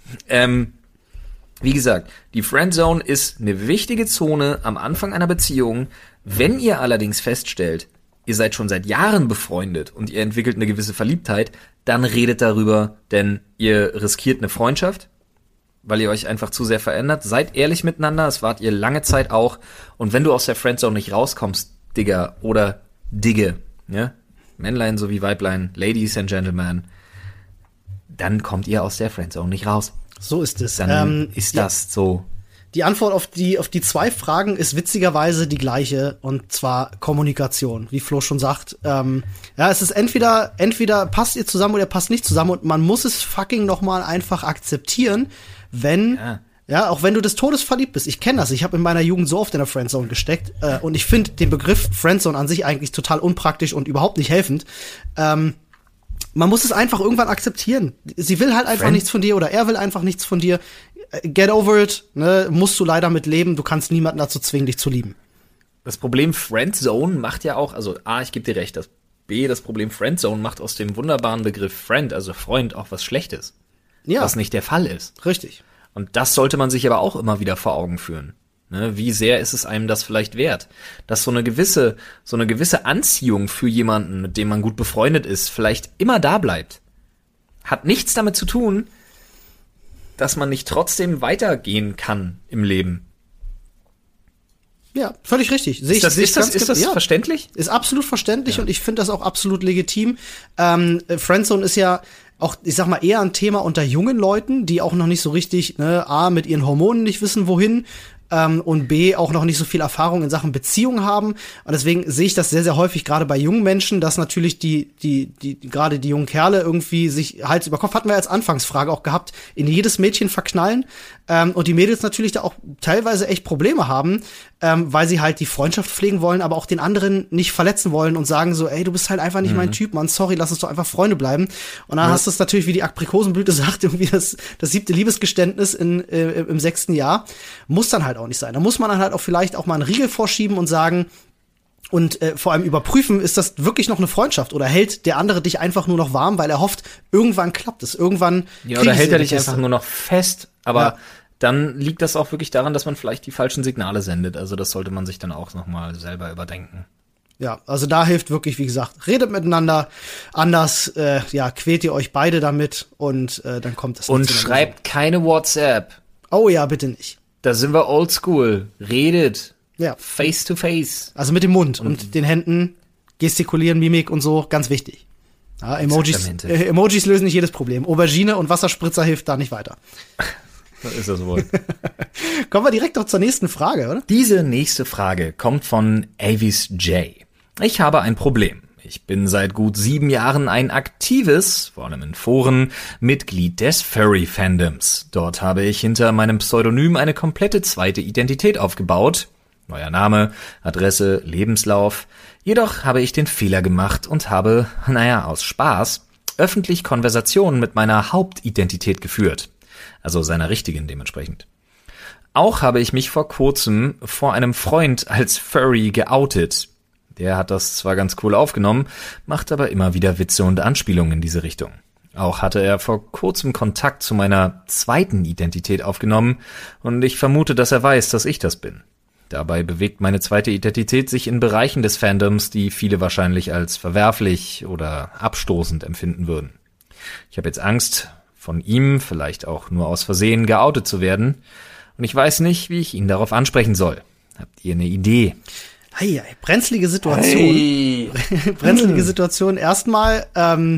wie gesagt, die Friendzone ist eine wichtige Zone am Anfang einer Beziehung. Wenn ihr allerdings feststellt, ihr seid schon seit Jahren befreundet und ihr entwickelt eine gewisse Verliebtheit, dann redet darüber, denn ihr riskiert eine Freundschaft, weil ihr euch einfach zu sehr verändert. Seid ehrlich miteinander, das wart ihr lange Zeit auch. Und wenn du aus der Friendzone nicht rauskommst, Digger oder Digge, ja, Männlein sowie Weiblein, Ladies and Gentlemen, dann kommt ihr aus der Friendzone nicht raus. So ist es. Dann ist das so. Die Antwort auf die 2 Fragen ist witzigerweise die gleiche, und zwar Kommunikation, wie Flo schon sagt. Es ist entweder passt ihr zusammen oder ihr passt nicht zusammen, und man muss es fucking nochmal einfach akzeptieren, wenn, auch wenn du des Todes verliebt bist. Ich kenne das, ich habe in meiner Jugend so oft in der Friendzone gesteckt, und ich finde den Begriff Friendzone an sich eigentlich total unpraktisch und überhaupt nicht helfend. Man muss es einfach irgendwann akzeptieren. Sie will halt einfach nichts von dir oder er will einfach nichts von dir. Get over it, ne? Musst du leider mit leben. Du kannst niemanden dazu zwingen, dich zu lieben. Das Problem Friendzone macht ja auch, also A, ich gebe dir recht, das Problem Friendzone macht aus dem wunderbaren Begriff Friend, also Freund, auch was Schlechtes. Ja. Was nicht der Fall ist. Richtig. Und das sollte man sich aber auch immer wieder vor Augen führen. Ne, wie sehr ist es einem das vielleicht wert? Dass so eine gewisse Anziehung für jemanden, mit dem man gut befreundet ist, vielleicht immer da bleibt. Hat nichts damit zu tun, dass man nicht trotzdem weitergehen kann im Leben. Ja, völlig richtig. Ist das verständlich? Ist absolut verständlich und ich finde das auch absolut legitim. Friendzone ist ja auch, ich sag mal, eher ein Thema unter jungen Leuten, die auch noch nicht so richtig, A, mit ihren Hormonen nicht wissen, wohin, und B, auch noch nicht so viel Erfahrung in Sachen Beziehung haben. Und deswegen sehe ich das sehr, sehr häufig, gerade bei jungen Menschen, dass natürlich gerade die jungen Kerle irgendwie sich Hals über Kopf, hatten wir als Anfangsfrage auch gehabt, in jedes Mädchen verknallen. Und die Mädels natürlich da auch teilweise echt Probleme haben, weil sie halt die Freundschaft pflegen wollen, aber auch den anderen nicht verletzen wollen und sagen so, ey, du bist halt einfach nicht mein Typ, Mann, sorry, lass uns doch einfach Freunde bleiben. Und dann hast du es natürlich, wie die Aprikosenblüte sagt, irgendwie das 7. Liebesgeständnis im 6. Jahr. Muss dann halt auch nicht sein. Da muss man dann halt auch vielleicht auch mal einen Riegel vorschieben und sagen, und vor allem überprüfen, ist das wirklich noch eine Freundschaft oder hält der andere dich einfach nur noch warm, weil er hofft, irgendwann klappt es, irgendwann. Ja, oder hält er dich einfach nur noch fest, aber dann liegt das auch wirklich daran, dass man vielleicht die falschen Signale sendet. Also das sollte man sich dann auch nochmal selber überdenken. Ja, also da hilft wirklich, wie gesagt, redet miteinander, anders quält ihr euch beide damit und dann kommt es. Und schreibt keine WhatsApp. Oh ja, bitte nicht. Da sind wir oldschool. Redet. Ja. Face to face. Also mit dem Mund und den Händen, gestikulieren, Mimik und so, ganz wichtig. Ja, Emojis lösen nicht jedes Problem. Aubergine und Wasserspritzer hilft da nicht weiter. Das ist das wohl. Kommen wir direkt doch zur nächsten Frage, oder? Diese nächste Frage kommt von Avis J. Ich habe ein Problem. Ich bin seit gut 7 Jahren ein aktives, vor allem in Foren, Mitglied des Furry-Fandoms. Dort habe ich hinter meinem Pseudonym eine komplette zweite Identität aufgebaut. Neuer Name, Adresse, Lebenslauf. Jedoch habe ich den Fehler gemacht und habe, aus Spaß, öffentlich Konversationen mit meiner Hauptidentität geführt. Also seiner richtigen dementsprechend. Auch habe ich mich vor kurzem vor einem Freund als Furry geoutet. Der hat das zwar ganz cool aufgenommen, macht aber immer wieder Witze und Anspielungen in diese Richtung. Auch hatte er vor kurzem Kontakt zu meiner zweiten Identität aufgenommen und ich vermute, dass er weiß, dass ich das bin. Dabei bewegt meine zweite Identität sich in Bereichen des Fandoms, die viele wahrscheinlich als verwerflich oder abstoßend empfinden würden. Ich habe jetzt Angst, von ihm, vielleicht auch nur aus Versehen, geoutet zu werden und ich weiß nicht, wie ich ihn darauf ansprechen soll. Habt ihr eine Idee? Hey, brenzlige Situation. Hey. Brenzlige Situation. Erstmal,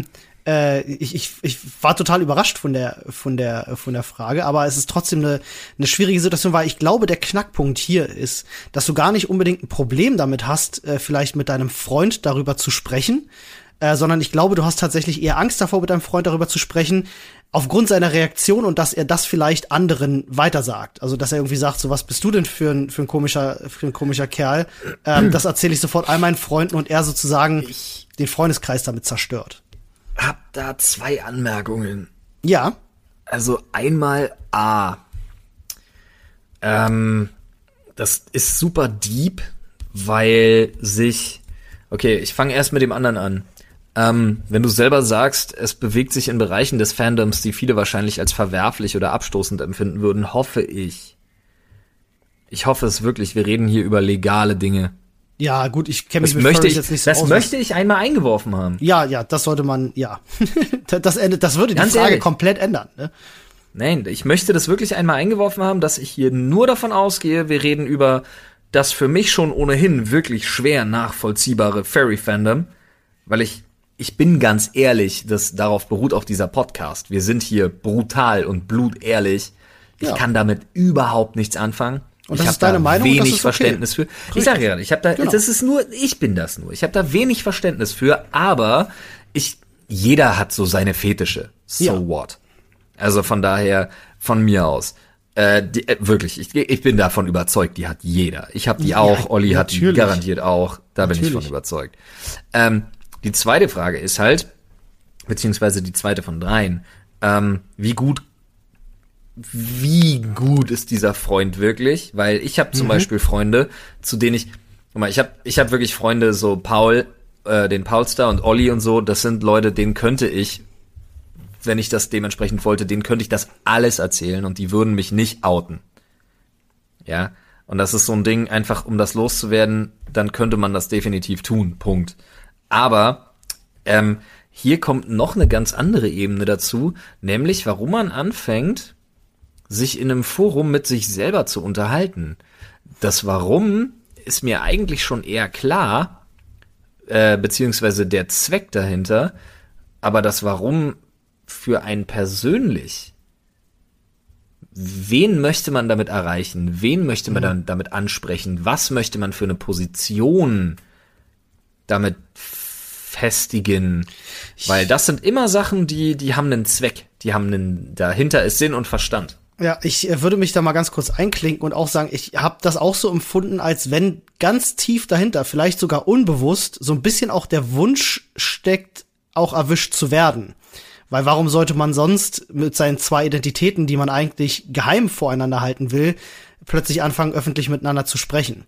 ich war total überrascht von der Frage, aber es ist trotzdem eine schwierige Situation, weil ich glaube, der Knackpunkt hier ist, dass du gar nicht unbedingt ein Problem damit hast, vielleicht mit deinem Freund darüber zu sprechen, sondern ich glaube, du hast tatsächlich eher Angst davor, mit deinem Freund darüber zu sprechen, aufgrund seiner Reaktion und dass er das vielleicht anderen weitersagt. Also, dass er irgendwie sagt, so, was bist du denn für ein komischer Kerl? Das erzähle ich sofort all meinen Freunden und er sozusagen den Freundeskreis damit zerstört. Hab da 2 Anmerkungen. Ja. Also einmal das ist super deep, weil ich fange erst mit dem anderen an. Wenn du selber sagst, es bewegt sich in Bereichen des Fandoms, die viele wahrscheinlich als verwerflich oder abstoßend empfinden würden, hoffe ich. Ich hoffe es wirklich, wir reden hier über legale Dinge. Ja, gut, ich kenne mich mit Furries jetzt nicht so aus. Das möchte ich einmal eingeworfen haben. Ja, das sollte man, ja. Das würde die Frage komplett ändern, ne? Nein, ich möchte das wirklich einmal eingeworfen haben, dass ich hier nur davon ausgehe, wir reden über das für mich schon ohnehin wirklich schwer nachvollziehbare Furry-Fandom, weil ich bin ganz ehrlich, darauf beruht auch dieser Podcast. Wir sind hier brutal und blutehrlich. Ich kann damit überhaupt nichts anfangen. Und das ist deine Meinung? Wenig Verständnis für. Ich sage ja, ich bin das nur. Ich habe da wenig Verständnis für, aber jeder hat so seine Fetische. So what? Also von daher, von mir aus. Wirklich, ich bin davon überzeugt, die hat jeder. Ich habe die auch, Olli hat die garantiert auch. Da bin ich von überzeugt. Die zweite Frage ist halt, beziehungsweise die zweite von 3, wie gut ist dieser Freund wirklich? Weil ich habe zum Beispiel Freunde, zu denen ich habe wirklich Freunde, so Paul, den Paulstar und Olli und so, das sind Leute, denen könnte ich, wenn ich das dementsprechend wollte, denen könnte ich das alles erzählen und die würden mich nicht outen. Ja, und das ist so ein Ding, einfach um das loszuwerden, dann könnte man das definitiv tun, Punkt. Aber hier kommt noch eine ganz andere Ebene dazu, nämlich warum man anfängt, sich in einem Forum mit sich selber zu unterhalten. Das Warum ist mir eigentlich schon eher klar, beziehungsweise der Zweck dahinter, aber das Warum für einen persönlich, wen möchte man damit erreichen, wen möchte man dann damit ansprechen, was möchte man für eine Position damit festigen, weil das sind immer Sachen, die haben einen Zweck, dahinter ist Sinn und Verstand. Ja, ich würde mich da mal ganz kurz einklinken und auch sagen, ich habe das auch so empfunden, als wenn ganz tief dahinter, vielleicht sogar unbewusst, so ein bisschen auch der Wunsch steckt, auch erwischt zu werden. Weil warum sollte man sonst mit seinen 2 Identitäten, die man eigentlich geheim voreinander halten will, plötzlich anfangen, öffentlich miteinander zu sprechen?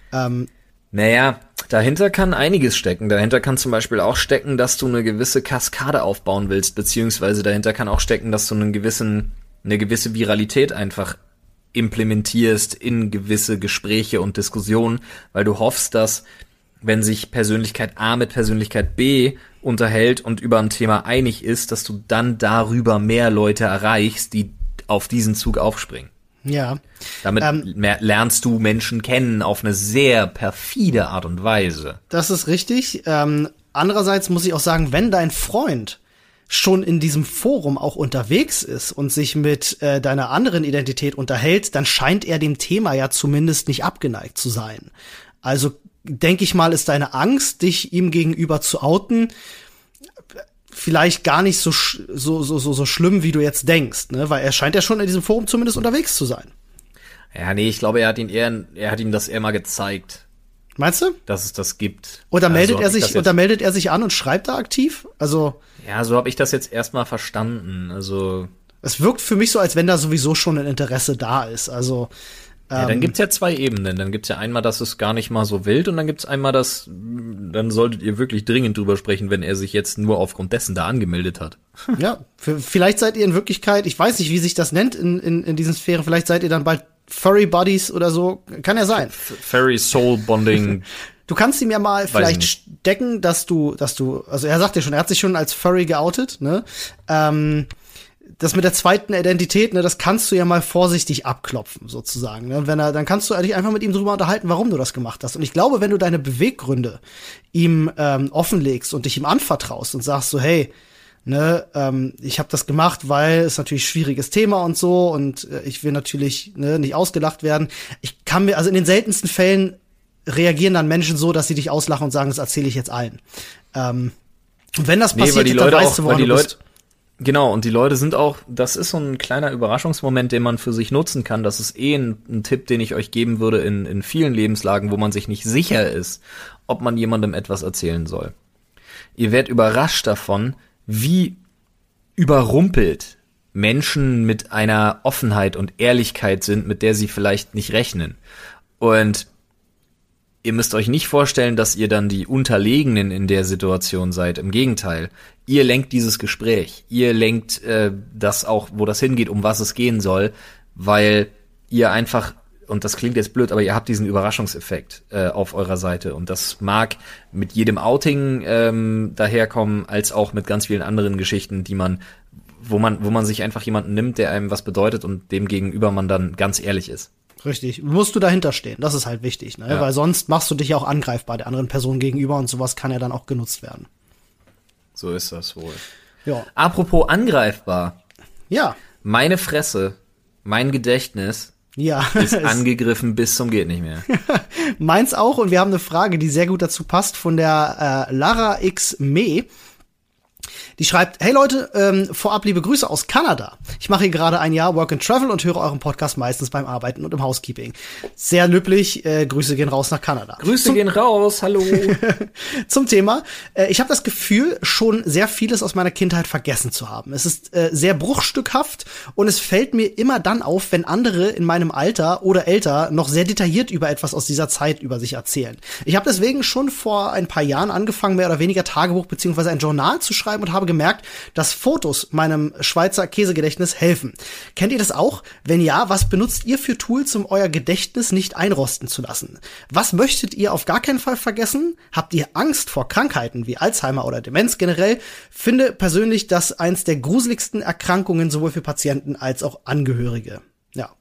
Naja, dahinter kann einiges stecken. Dahinter kann zum Beispiel auch stecken, dass du eine gewisse Kaskade aufbauen willst, beziehungsweise dahinter kann auch stecken, dass du eine gewisse Viralität einfach implementierst in gewisse Gespräche und Diskussionen, weil du hoffst, dass, wenn sich Persönlichkeit A mit Persönlichkeit B unterhält und über ein Thema einig ist, dass du dann darüber mehr Leute erreichst, die auf diesen Zug aufspringen. Ja. Damit lernst du Menschen kennen auf eine sehr perfide Art und Weise. Das ist richtig. Andererseits muss ich auch sagen, wenn dein Freund schon in diesem Forum auch unterwegs ist und sich mit deiner anderen Identität unterhält, dann scheint er dem Thema ja zumindest nicht abgeneigt zu sein. Also denke ich mal, ist deine Angst, dich ihm gegenüber zu outen, vielleicht gar nicht so schlimm, wie du jetzt denkst, ne? Weil er scheint ja schon in diesem Forum zumindest unterwegs zu sein. Ja, nee, ich glaube, er hat ihm das eher mal gezeigt. Meinst du? Dass es das gibt. Oder meldet er sich an und schreibt da aktiv? Also. Ja, so habe ich das jetzt erstmal verstanden. Also. Es wirkt für mich so, als wenn da sowieso schon ein Interesse da ist. Also. Ja, dann gibt's ja 2 Ebenen. Dann gibt's ja einmal, dass es gar nicht mal so wild, und dann gibt's einmal, dann solltet ihr wirklich dringend drüber sprechen, wenn er sich jetzt nur aufgrund dessen da angemeldet hat. Ja, vielleicht seid ihr in Wirklichkeit, ich weiß nicht, wie sich das nennt in diesen Sphären, vielleicht seid ihr dann bald Furry Buddies oder so, kann ja sein. Furry Soul Bonding. Du kannst ihm ja mal vielleicht stecken, dass du, also er sagt ja schon, er hat sich schon als Furry geoutet, ne? Das mit der zweiten Identität, ne, das kannst du ja mal vorsichtig abklopfen, sozusagen. Ne? Dann kannst du dich einfach mit ihm drüber unterhalten, warum du das gemacht hast. Und ich glaube, wenn du deine Beweggründe ihm offenlegst und dich ihm anvertraust und sagst so, hey, ne, ich habe das gemacht, weil es natürlich ein schwieriges Thema und so, und ich will natürlich nicht ausgelacht werden. Also in den seltensten Fällen reagieren dann Menschen so, dass sie dich auslachen und sagen, das erzähle ich jetzt allen. Und wenn das passiert, dann weißt du, woran du bist. Genau, und die Leute sind auch, das ist so ein kleiner Überraschungsmoment, den man für sich nutzen kann. Das ist ein Tipp, den ich euch geben würde in vielen Lebenslagen, wo man sich nicht sicher ist, ob man jemandem etwas erzählen soll. Ihr werdet überrascht davon, wie überrumpelt Menschen mit einer Offenheit und Ehrlichkeit sind, mit der sie vielleicht nicht rechnen. Und ihr müsst euch nicht vorstellen, dass ihr dann die Unterlegenen in der Situation seid. Im Gegenteil. Ihr lenkt dieses Gespräch. Ihr lenkt das auch, wo das hingeht, um was es gehen soll, weil ihr einfach, und das klingt jetzt blöd, aber ihr habt diesen Überraschungseffekt auf eurer Seite. Und das mag mit jedem Outing daherkommen, als auch mit ganz vielen anderen Geschichten, wo man sich einfach jemanden nimmt, der einem was bedeutet und dem gegenüber man dann ganz ehrlich ist. Richtig. Musst du dahinter stehen. Das ist halt wichtig, ne? Ja. Weil sonst machst du dich ja auch angreifbar der anderen Person gegenüber, und sowas kann ja dann auch genutzt werden. So ist das wohl. Ja. Apropos angreifbar. Ja. Meine Fresse, mein Gedächtnis ist angegriffen bis zum geht nicht mehr. Meins auch, und wir haben eine Frage, die sehr gut dazu passt, von der Lara X Me. Die schreibt, hey Leute, vorab liebe Grüße aus Kanada. Ich mache hier gerade ein Jahr Work and Travel und höre euren Podcast meistens beim Arbeiten und im Housekeeping. Sehr löblich, Grüße gehen raus nach Kanada. Grüße gehen raus, hallo. Zum Thema, ich habe das Gefühl, schon sehr vieles aus meiner Kindheit vergessen zu haben. Es ist sehr bruchstückhaft und es fällt mir immer dann auf, wenn andere in meinem Alter oder älter noch sehr detailliert über etwas aus dieser Zeit über sich erzählen. Ich habe deswegen schon vor ein paar Jahren angefangen, mehr oder weniger Tagebuch beziehungsweise ein Journal zu schreiben und habe gemerkt, dass Fotos meinem Schweizer Käsegedächtnis helfen. Kennt ihr das auch? Wenn ja, was benutzt ihr für Tools, um euer Gedächtnis nicht einrosten zu lassen? Was möchtet ihr auf gar keinen Fall vergessen? Habt ihr Angst vor Krankheiten wie Alzheimer oder Demenz generell? Finde persönlich das eins der gruseligsten Erkrankungen sowohl für Patienten als auch Angehörige. Ja.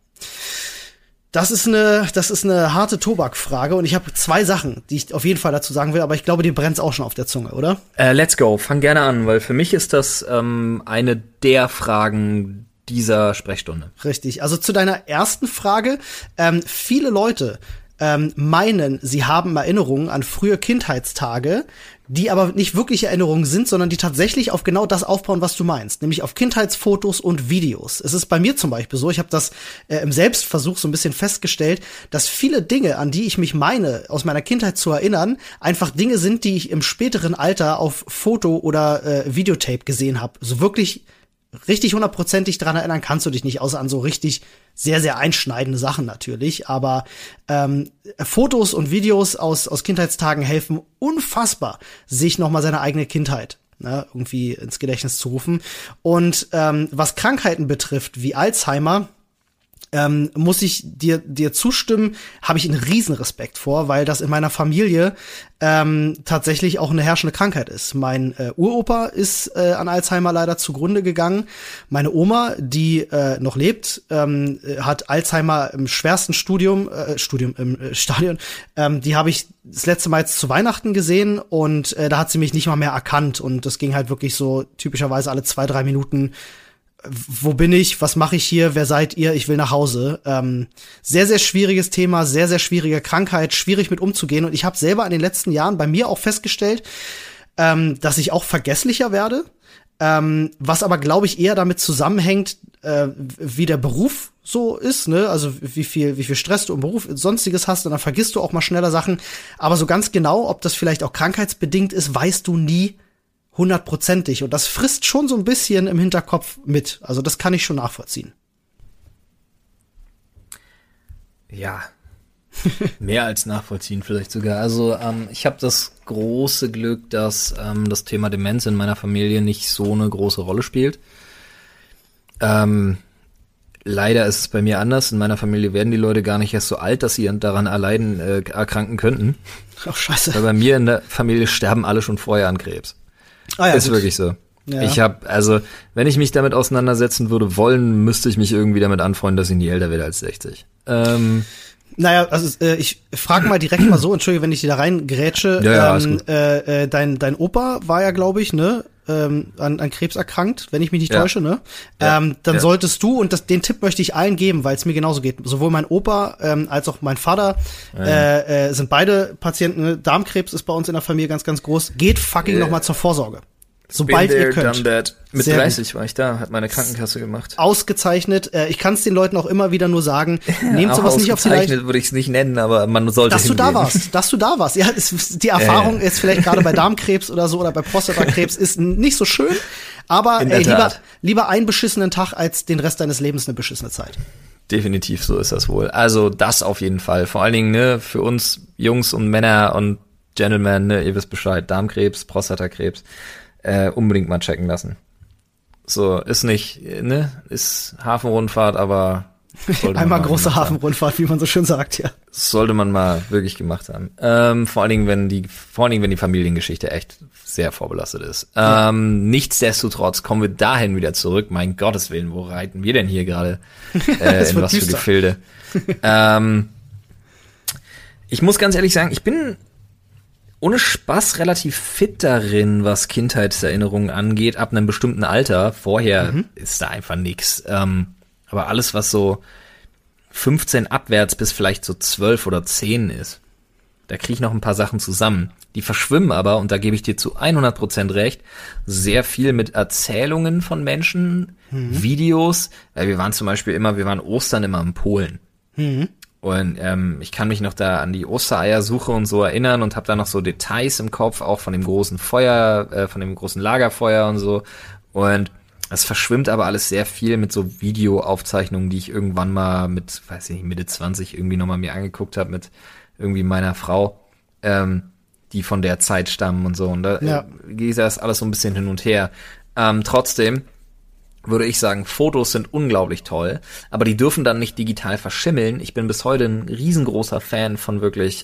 Das ist eine harte Tobakfrage und ich habe 2 Sachen, die ich auf jeden Fall dazu sagen will, aber ich glaube, dir brennt's auch schon auf der Zunge, oder? Let's go, fang gerne an, weil für mich ist das eine der Fragen dieser Sprechstunde. Richtig, also zu deiner ersten Frage, viele Leute meinen, sie haben Erinnerungen an frühe Kindheitstage, die aber nicht wirklich Erinnerungen sind, sondern die tatsächlich auf genau das aufbauen, was du meinst, nämlich auf Kindheitsfotos und Videos. Es ist bei mir zum Beispiel so, ich habe das im Selbstversuch so ein bisschen festgestellt, dass viele Dinge, an die ich mich meine, aus meiner Kindheit zu erinnern, einfach Dinge sind, die ich im späteren Alter auf Foto oder Videotape gesehen habe. So wirklich richtig 100%ig dran erinnern kannst du dich nicht, außer an so richtig sehr, sehr einschneidende Sachen natürlich. Aber Fotos und Videos aus Kindheitstagen helfen unfassbar, sich nochmal seine eigene Kindheit irgendwie ins Gedächtnis zu rufen. Und was Krankheiten betrifft, wie Alzheimer, muss ich dir zustimmen, habe ich einen riesen Respekt vor, weil das in meiner Familie tatsächlich auch eine herrschende Krankheit ist. Mein Uropa ist an Alzheimer leider zugrunde gegangen. Meine Oma, die noch lebt, hat Alzheimer im schwersten Stadion. Die habe ich das letzte Mal jetzt zu Weihnachten gesehen und da hat sie mich nicht mal mehr erkannt und das ging halt wirklich so typischerweise alle 2-3 Minuten. Wo bin ich? Was mache ich hier? Wer seid ihr? Ich will nach Hause. Sehr, sehr schwieriges Thema, sehr, sehr schwierige Krankheit, schwierig mit umzugehen. Und ich habe selber in den letzten Jahren bei mir auch festgestellt, dass ich auch vergesslicher werde. Was aber, glaube ich, eher damit zusammenhängt, wie der Beruf so ist, ne? Also wie viel Stress du im Beruf sonstiges hast und dann vergisst du auch mal schneller Sachen. Aber so ganz genau, ob das vielleicht auch krankheitsbedingt ist, weißt du nie 100%ig. Und das frisst schon so ein bisschen im Hinterkopf mit. Also das kann ich schon nachvollziehen. Ja, mehr als nachvollziehen vielleicht sogar. Also ich habe das große Glück, dass das Thema Demenz in meiner Familie nicht so eine große Rolle spielt. Leider ist es bei mir anders. In meiner Familie werden die Leute gar nicht erst so alt, dass sie daran allein erkranken könnten. Ach, scheiße. Weil bei mir in der Familie sterben alle schon vorher an Krebs. Ah ja, ist gut. wirklich so. Ja. Ich habe, also, wenn ich mich damit auseinandersetzen würde wollen, müsste ich mich irgendwie damit anfreunden, dass ich nie älter werde als 60. Naja, also ich frage mal direkt mal so, entschuldige, wenn ich dir da reingrätsche. Ja, alles gut. Dein Opa war ja, glaube ich, ne, an Krebs erkrankt, wenn ich mich nicht täusche, ne? Ja. Dann solltest du, und den Tipp möchte ich allen geben, weil es mir genauso geht, sowohl mein Opa als auch mein Vater sind beide Patienten, ne? Darmkrebs ist bei uns in der Familie ganz, ganz groß. Geht fucking nochmal zur Vorsorge. Sobald ihr könnt. Mit Sehr 30 war ich da, hat meine Krankenkasse gemacht. Ausgezeichnet. Ich kann es den Leuten auch immer wieder nur sagen, nehmt sowas nicht auf die leichte. Ausgezeichnet würde ich es nicht nennen, aber man sollte Dass du da warst. Ja, die Erfahrung jetzt vielleicht gerade bei Darmkrebs oder so oder bei Prostatakrebs ist nicht so schön, aber lieber einen beschissenen Tag als den Rest deines Lebens eine beschissene Zeit. Definitiv, so ist das wohl. Also das auf jeden Fall. Vor allen Dingen, ne, für uns Jungs und Männer und Gentlemen, ne, ihr wisst Bescheid, Darmkrebs, Prostatakrebs, unbedingt mal checken lassen. So, ist nicht, ne, ist Hafenrundfahrt, aber einmal große Hafenrundfahrt, wie man so schön sagt, ja. Sollte man mal wirklich gemacht haben. Vor allen Dingen, wenn die Familiengeschichte echt sehr vorbelastet ist. Ja. Nichtsdestotrotz kommen wir dahin wieder zurück. Mein Gottes Willen, wo reiten wir denn hier gerade? In was für Gefilde? Ich muss ganz ehrlich sagen, ich bin ohne Spaß relativ fit darin, was Kindheitserinnerungen angeht, ab einem bestimmten Alter. Vorher ist da einfach nix. Aber alles, was so 15 abwärts bis vielleicht so 12 oder 10 ist, Da kriege ich noch ein paar Sachen zusammen. Die verschwimmen aber, und da gebe ich dir zu 100% recht, sehr viel mit Erzählungen von Menschen, Videos. Wir waren Ostern immer in Polen. Und ich kann mich noch da an die Ostereiersuche und so erinnern und habe da noch so Details im Kopf, auch von dem großen Feuer, von dem großen Lagerfeuer und so. Und es verschwimmt aber alles sehr viel mit so Videoaufzeichnungen, die ich irgendwann mal mit, weiß ich nicht, Mitte 20 irgendwie nochmal mir angeguckt habe mit irgendwie meiner Frau, die von der Zeit stammen und so. Und da geht das alles so ein bisschen hin und her. Trotzdem würde ich sagen, Fotos sind unglaublich toll, aber die dürfen dann nicht digital verschimmeln. Ich bin bis heute ein riesengroßer Fan von wirklich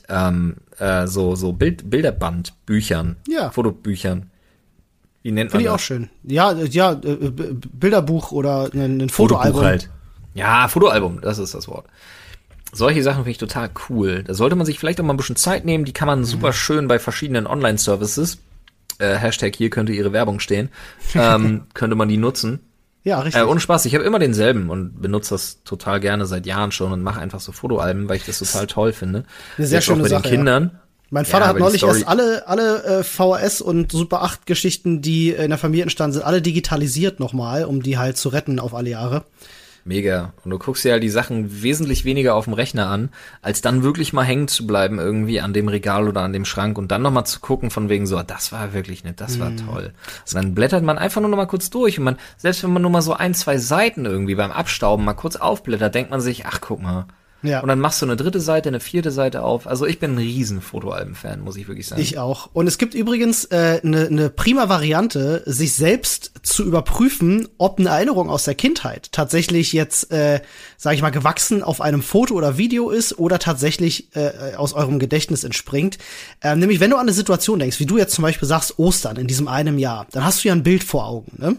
so Bilderbandbüchern, Fotobüchern. Wie nennt man das? Finde ich auch schön. Ja, Bilderbuch oder ein Fotoalbum. Fotobuch halt. Ja, Fotoalbum, das ist das Wort. Solche Sachen finde ich total cool. Da sollte man sich vielleicht auch mal ein bisschen Zeit nehmen. Die kann man super schön bei verschiedenen Online-Services, Hashtag hier könnte ihre Werbung stehen, könnte man die nutzen. Ja, richtig. Ohne Spaß, ich habe immer denselben und benutze das total gerne seit Jahren schon und mache einfach so Fotoalben, weil ich das total toll finde. Eine sehr schöne Sache, den Kindern. Ja. Mein Vater hat neulich erst alle VHS und Super 8 Geschichten, die in der Familie entstanden sind, alle digitalisiert nochmal, um die halt zu retten auf alle Jahre. Mega. Und du guckst dir halt die Sachen wesentlich weniger auf dem Rechner an, als dann wirklich mal hängen zu bleiben irgendwie an dem Regal oder an dem Schrank und dann nochmal zu gucken von wegen so, das war wirklich nett, das war toll. Und dann blättert man einfach nur noch mal kurz durch und selbst wenn man nur mal so 1, 2 Seiten irgendwie beim Abstauben mal kurz aufblättert, denkt man sich, ach guck mal. Ja. Und dann machst du eine 3. Seite, eine 4. Seite auf. Also ich bin ein riesen Fotoalben-Fan, muss ich wirklich sagen. Ich auch. Und es gibt übrigens eine prima Variante, sich selbst zu überprüfen, ob eine Erinnerung aus der Kindheit tatsächlich jetzt, sag ich mal, gewachsen auf einem Foto oder Video ist oder tatsächlich aus eurem Gedächtnis entspringt. Nämlich, wenn du an eine Situation denkst, wie du jetzt zum Beispiel sagst, Ostern in diesem einem Jahr, dann hast du ja ein Bild vor Augen, ne?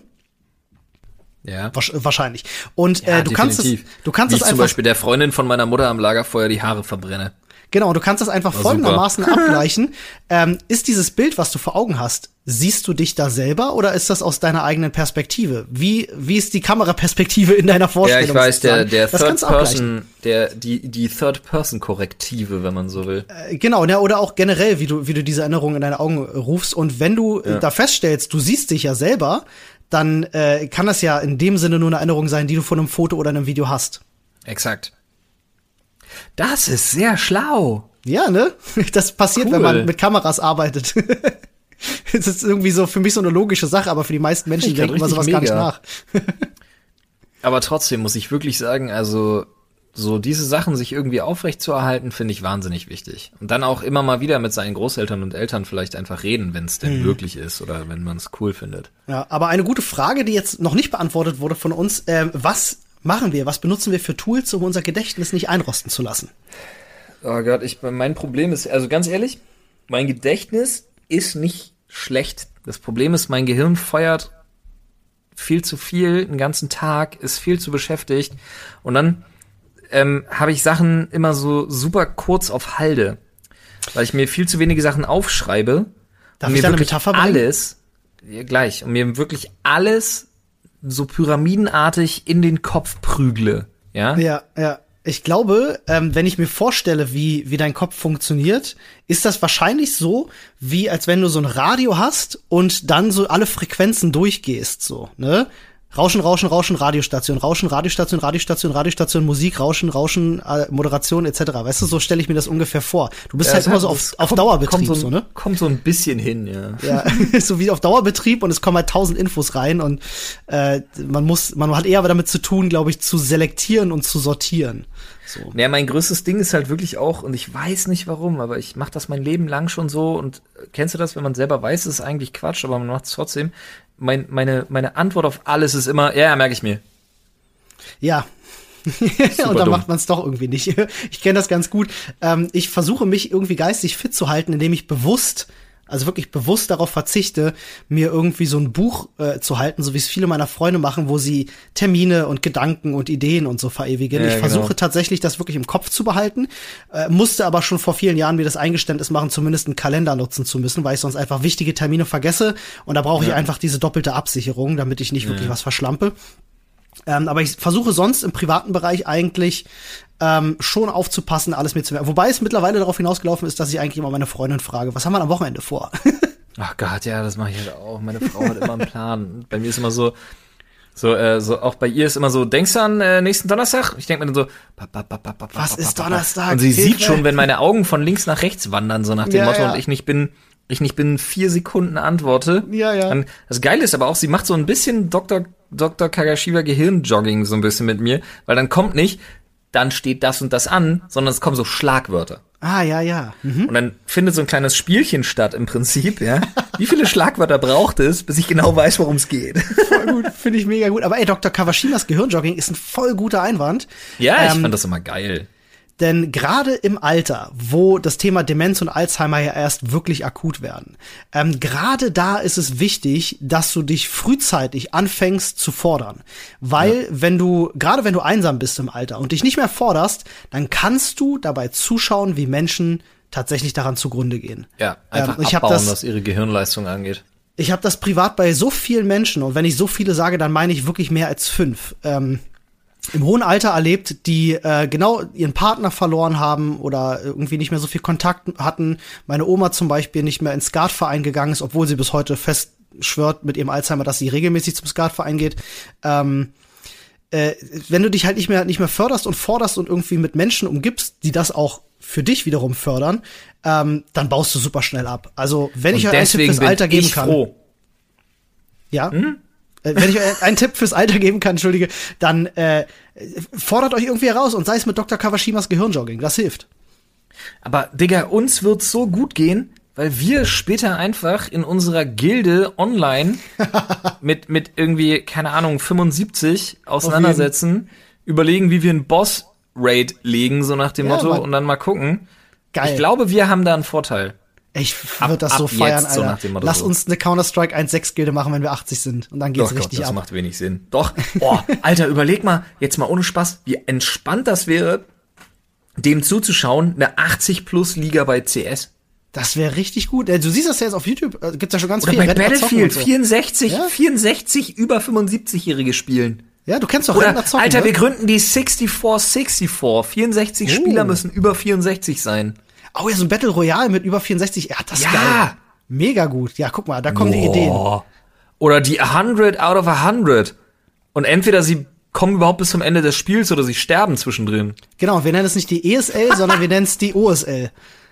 Ja. Wahrscheinlich. Und ja, du kannst es einfach zum Beispiel der Freundin von meiner Mutter am Lagerfeuer die Haare verbrenne. Genau, du kannst das einfach folgendermaßen abgleichen. Ist dieses Bild, was du vor Augen hast, siehst du dich da selber oder ist das aus deiner eigenen Perspektive? Wie ist die Kameraperspektive in deiner Vorstellung? Ja, ich weiß, der Third Person, die Third Person Korrektive, wenn man so will. Genau, ja, oder auch generell, wie du diese Erinnerung in deine Augen rufst. Und wenn du da feststellst, du siehst dich ja selber, dann kann das ja in dem Sinne nur eine Erinnerung sein, die du von einem Foto oder einem Video hast. Exakt. Das ist sehr schlau. Ja, ne? Das passiert, wenn man mit Kameras arbeitet. Das ist irgendwie so für mich so eine logische Sache, aber für die meisten Menschen denken über sowas gar nicht nach. Aber trotzdem muss ich wirklich sagen, also so diese Sachen sich irgendwie aufrecht zu erhalten, finde ich wahnsinnig wichtig. Und dann auch immer mal wieder mit seinen Großeltern und Eltern vielleicht einfach reden, wenn es denn möglich ist oder wenn man es cool findet. Ja, aber eine gute Frage, die jetzt noch nicht beantwortet wurde von uns, was machen wir, was benutzen wir für Tools, um unser Gedächtnis nicht einrosten zu lassen? Oh Gott, mein Problem ist, also ganz ehrlich, mein Gedächtnis ist nicht schlecht. Das Problem ist, mein Gehirn feuert viel zu viel den ganzen Tag, ist viel zu beschäftigt und dann habe ich Sachen immer so super kurz auf Halde, weil ich mir viel zu wenige Sachen aufschreibe. Darf ich da eine Metapher bringen? Alles, ja, gleich, und mir wirklich alles so pyramidenartig in den Kopf prügle, ja? Ja. Ich glaube, wenn ich mir vorstelle, wie dein Kopf funktioniert, ist das wahrscheinlich so, wie als wenn du so ein Radio hast und dann so alle Frequenzen durchgehst, so, ne? Rauschen, Radiostation, Rauschen, Radiostation, Radiostation, Radiostation, Musik, Rauschen, Moderation etc. Weißt du, so stelle ich mir das ungefähr vor. Du bist halt immer so auf Dauerbetrieb, so, ne? Kommt so ein bisschen hin, ja. Ja, so wie auf Dauerbetrieb und es kommen halt 1000 Infos rein und man hat eher damit zu tun, glaube ich, zu selektieren und zu sortieren. So. Ja, mein größtes Ding ist halt wirklich auch, und ich weiß nicht warum, aber ich mache das mein Leben lang schon so und kennst du das, wenn man selber weiß, es ist eigentlich Quatsch, aber man macht es trotzdem. Meine Antwort auf alles ist immer, ja, merke ich mir. Ja. Und dann macht man es doch irgendwie nicht. Ich kenne das ganz gut. Ich versuche mich irgendwie geistig fit zu halten, indem ich wirklich bewusst darauf verzichte, mir irgendwie so ein Buch zu halten, so wie es viele meiner Freunde machen, wo sie Termine und Gedanken und Ideen und so verewigen. Ja, ich versuche tatsächlich, das wirklich im Kopf zu behalten, musste aber schon vor vielen Jahren mir das Eingeständnis machen, zumindest einen Kalender nutzen zu müssen, weil ich sonst einfach wichtige Termine vergesse und da brauche ich einfach diese doppelte Absicherung, damit ich nicht wirklich was verschlampe. Aber ich versuche sonst im privaten Bereich eigentlich schon aufzupassen, alles mitzumerken. Wobei es mittlerweile darauf hinausgelaufen ist, dass ich eigentlich immer meine Freundin frage, was haben wir am Wochenende vor? Ach Gott, ja, das mache ich halt auch. Meine Frau hat immer einen Plan. Bei mir ist immer so auch bei ihr ist immer so, denkst du an nächsten Donnerstag? Ich denke mir dann so, was ist Donnerstag? Und sie sieht schon, wenn meine Augen von links nach rechts wandern, so nach dem Motto, ja. und ich nicht bin 4 Sekunden antworte. Ja. Dann, das Geile ist aber auch, sie macht so ein bisschen Dr. Kagashiwa Gehirnjogging so ein bisschen mit mir, weil dann kommt nicht, dann steht das und das an, sondern es kommen so Schlagwörter. Ah, ja. Mhm. Und dann findet so ein kleines Spielchen statt im Prinzip, ja. Wie viele Schlagwörter braucht es, bis ich genau weiß, worum es geht? Voll gut, finde ich mega gut. Aber ey, Dr. Kawashimas Gehirnjogging ist ein voll guter Einwand. Ja, ich fand das immer geil. Denn gerade im Alter, wo das Thema Demenz und Alzheimer ja erst wirklich akut werden, gerade da ist es wichtig, dass du dich frühzeitig anfängst zu fordern. Weil wenn du einsam bist im Alter und dich nicht mehr forderst, dann kannst du dabei zuschauen, wie Menschen tatsächlich daran zugrunde gehen. Ja, einfach abbauen, was ihre Gehirnleistung angeht. Ich habe das privat bei so vielen Menschen, und wenn ich so viele sage, dann meine ich wirklich mehr als 5. Im hohen Alter erlebt, die genau ihren Partner verloren haben oder irgendwie nicht mehr so viel Kontakt hatten. Meine Oma zum Beispiel nicht mehr ins Skatverein gegangen ist, obwohl sie bis heute fest schwört mit ihrem Alzheimer, dass sie regelmäßig zum Skatverein geht. Wenn du dich halt nicht mehr förderst und forderst und irgendwie mit Menschen umgibst, die das auch für dich wiederum fördern, dann baust du super schnell ab. Also wenn ich euch einen Tipp fürs Alter geben kann. Froh. Ja? Wenn ich euch einen Tipp fürs Alter geben kann, entschuldige, dann fordert euch irgendwie heraus und sei es mit Dr. Kawashimas Gehirnjogging. Das hilft. Aber, Digga, uns wird's so gut gehen, weil wir später einfach in unserer Gilde online mit irgendwie, keine Ahnung, 75 auseinandersetzen, überlegen, wie wir einen Boss-Raid legen, so nach dem Motto, Mann. und dann mal gucken. Geil. Ich glaube, wir haben da einen Vorteil. Ich würde das so feiern, jetzt, so Alter. nach dem Motto Lass so. uns eine Counter-Strike 1.6-Gilde machen, wenn wir 80 sind. Und dann geht's Doch, richtig das ab. macht wenig Sinn. Doch, Alter, überleg mal, jetzt mal ohne Spaß, wie entspannt das wäre, dem zuzuschauen, eine 80-Plus-Liga bei CS. Das wäre richtig gut. Du siehst das ja jetzt auf YouTube. Gibt's ja schon ganz Oder viel. bei Battlefield, so. 64 über 75-Jährige spielen. Ja, du kennst doch Oder, Rentner zocken, Alter, ne? wir gründen die 64. 64 Spieler müssen über 64 sein. Oh ja, so ein Battle Royale mit über 64. Ja, das ist Ja. geil. Mega gut. Ja, guck mal, da kommen die Ideen. Oder die 100 out of 100. Und entweder sie kommen überhaupt bis zum Ende des Spiels oder sie sterben zwischendrin. Genau, wir nennen es nicht die ESL, sondern wir nennen es die OSL.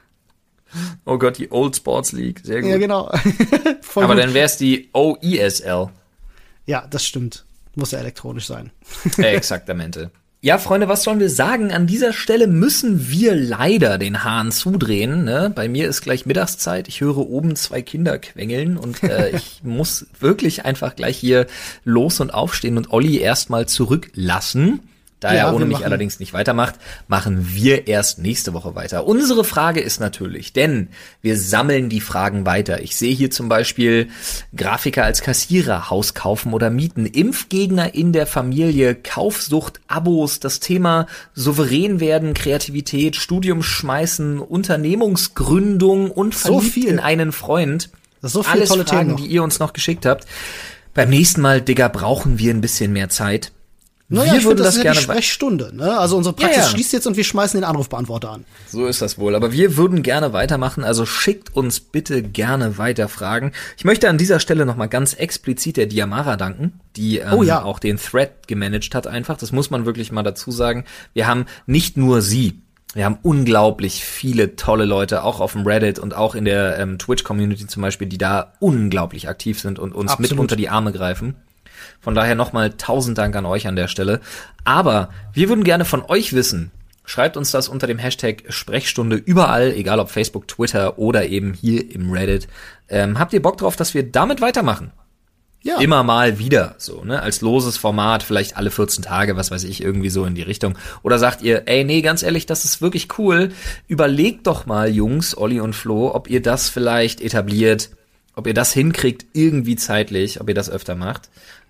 Oh Gott, die Old Sports League. Sehr gut. Ja, genau. Voll Aber gut. dann wär's die OESL. Ja, das stimmt. Muss ja elektronisch sein. Exaktamente. Ja, Freunde, was sollen wir sagen? An dieser Stelle müssen wir leider den Hahn zudrehen. Ne? Bei mir ist gleich Mittagszeit. Ich höre oben 2 Kinder quengeln und ich muss wirklich einfach gleich hier los und aufstehen und Olli erstmal zurücklassen. Da Ja, er ohne wir mich machen- allerdings nicht weitermacht, machen wir erst nächste Woche weiter. Unsere Frage ist natürlich, denn wir sammeln die Fragen weiter. Ich sehe hier zum Beispiel Grafiker als Kassierer, Haus kaufen oder mieten, Impfgegner in der Familie, Kaufsucht, Abos, das Thema souverän werden, Kreativität, Studium schmeißen, Unternehmungsgründung und So verliebt viel. in einen Freund. Das ist so viele Alles tolle Fragen, Themen noch. die ihr uns noch geschickt habt. Beim nächsten Mal, Digga, brauchen wir ein bisschen mehr Zeit. Naja, wir ich würden finde, das ist ja die gerne Sprechstunde. Ne? Also unsere Praxis Ja. schließt jetzt und wir schmeißen den Anrufbeantworter an. So ist das wohl. Aber wir würden gerne weitermachen. Also schickt uns bitte gerne weiter Fragen. Ich möchte an dieser Stelle nochmal ganz explizit der Diamara danken, die auch den Thread gemanagt hat einfach. Das muss man wirklich mal dazu sagen. Wir haben nicht nur sie. Wir haben unglaublich viele tolle Leute, auch auf dem Reddit und auch in der Twitch-Community zum Beispiel, die da unglaublich aktiv sind und uns mit Absolut. unter die Arme greifen. Von daher nochmal 1000 Dank an euch an der Stelle. Aber wir würden gerne von euch wissen, schreibt uns das unter dem Hashtag Sprechstunde überall, egal ob Facebook, Twitter oder eben hier im Reddit. Habt ihr Bock drauf, dass wir damit weitermachen? Ja. Immer mal wieder, so, ne, als loses Format, vielleicht alle 14 Tage, was weiß ich, irgendwie so in die Richtung. Oder sagt ihr, ey, nee, ganz ehrlich, das ist wirklich cool. Überlegt doch mal, Jungs, Olli und Flo, ob ihr das vielleicht etabliert, ob ihr das hinkriegt, irgendwie zeitlich, ob ihr das öfter macht.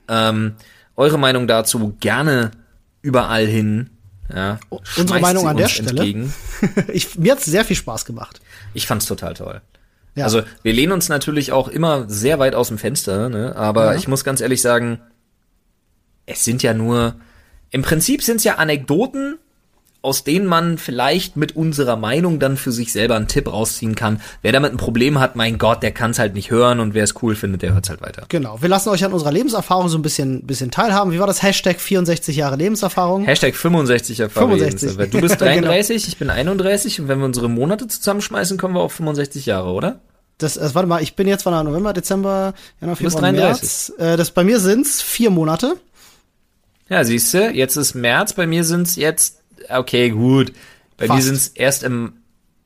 Eure Meinung dazu gerne überall hin. Ja, Unsere schmeißt Meinung sie an der uns Stelle? entgegen. Mir hat's sehr viel Spaß gemacht. Ich fand's total toll. Ja. Also wir lehnen uns natürlich auch immer sehr weit aus dem Fenster, ne? Aber Ja. ich muss ganz ehrlich sagen, es sind ja nur, im Prinzip sind es ja Anekdoten, aus denen man vielleicht mit unserer Meinung dann für sich selber einen Tipp rausziehen kann. Wer damit ein Problem hat, mein Gott, der kann es halt nicht hören und wer es cool findet, der hört es halt weiter. Genau, wir lassen euch an unserer Lebenserfahrung so ein bisschen teilhaben. Wie war das? Hashtag 64 Jahre Lebenserfahrung? Hashtag 65 Erfahrung. 65. Du bist 33, genau. Ich bin 31 und wenn wir unsere Monate zusammenschmeißen, kommen wir auf 65 Jahre, oder? Warte mal, ich bin jetzt von November, Dezember, Januar, Februar, März. Bei mir sind's 4 Monate. Ja, siehst du, jetzt ist März, bei mir sind's jetzt, okay, gut. Bei mir sind's erst im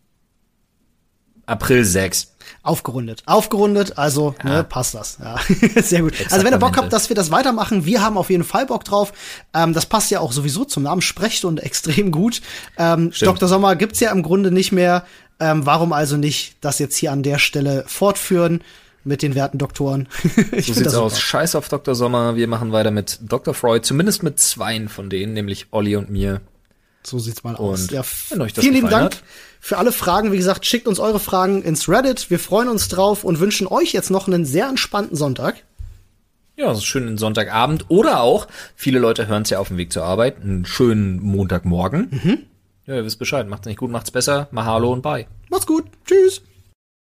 April 6. Aufgerundet, also ja. Passt das. Ja, sehr gut. Also wenn ihr Bock habt, dass wir das weitermachen, wir haben auf jeden Fall Bock drauf. Das passt ja auch sowieso zum Namen Sprechstunde extrem gut. Dr. Sommer gibt's ja im Grunde nicht mehr. Warum also nicht das jetzt hier an der Stelle fortführen mit den werten Doktoren? So sieht's aus. Scheiß auf Dr. Sommer. Wir machen weiter mit Dr. Freud, zumindest mit 2 von denen, nämlich Olli und mir. So sieht's mal aus. Ja, wenn euch das vielen lieben Dank hat. für alle Fragen. Wie gesagt, schickt uns eure Fragen ins Reddit. Wir freuen uns drauf und wünschen euch jetzt noch einen sehr entspannten Sonntag. Ja, so schönen Sonntagabend. Oder auch, viele Leute hören es ja auf dem Weg zur Arbeit, einen schönen Montagmorgen. Ja, ihr wisst Bescheid. Macht's nicht gut, macht's besser. Mahalo und bye. Macht's gut. Tschüss.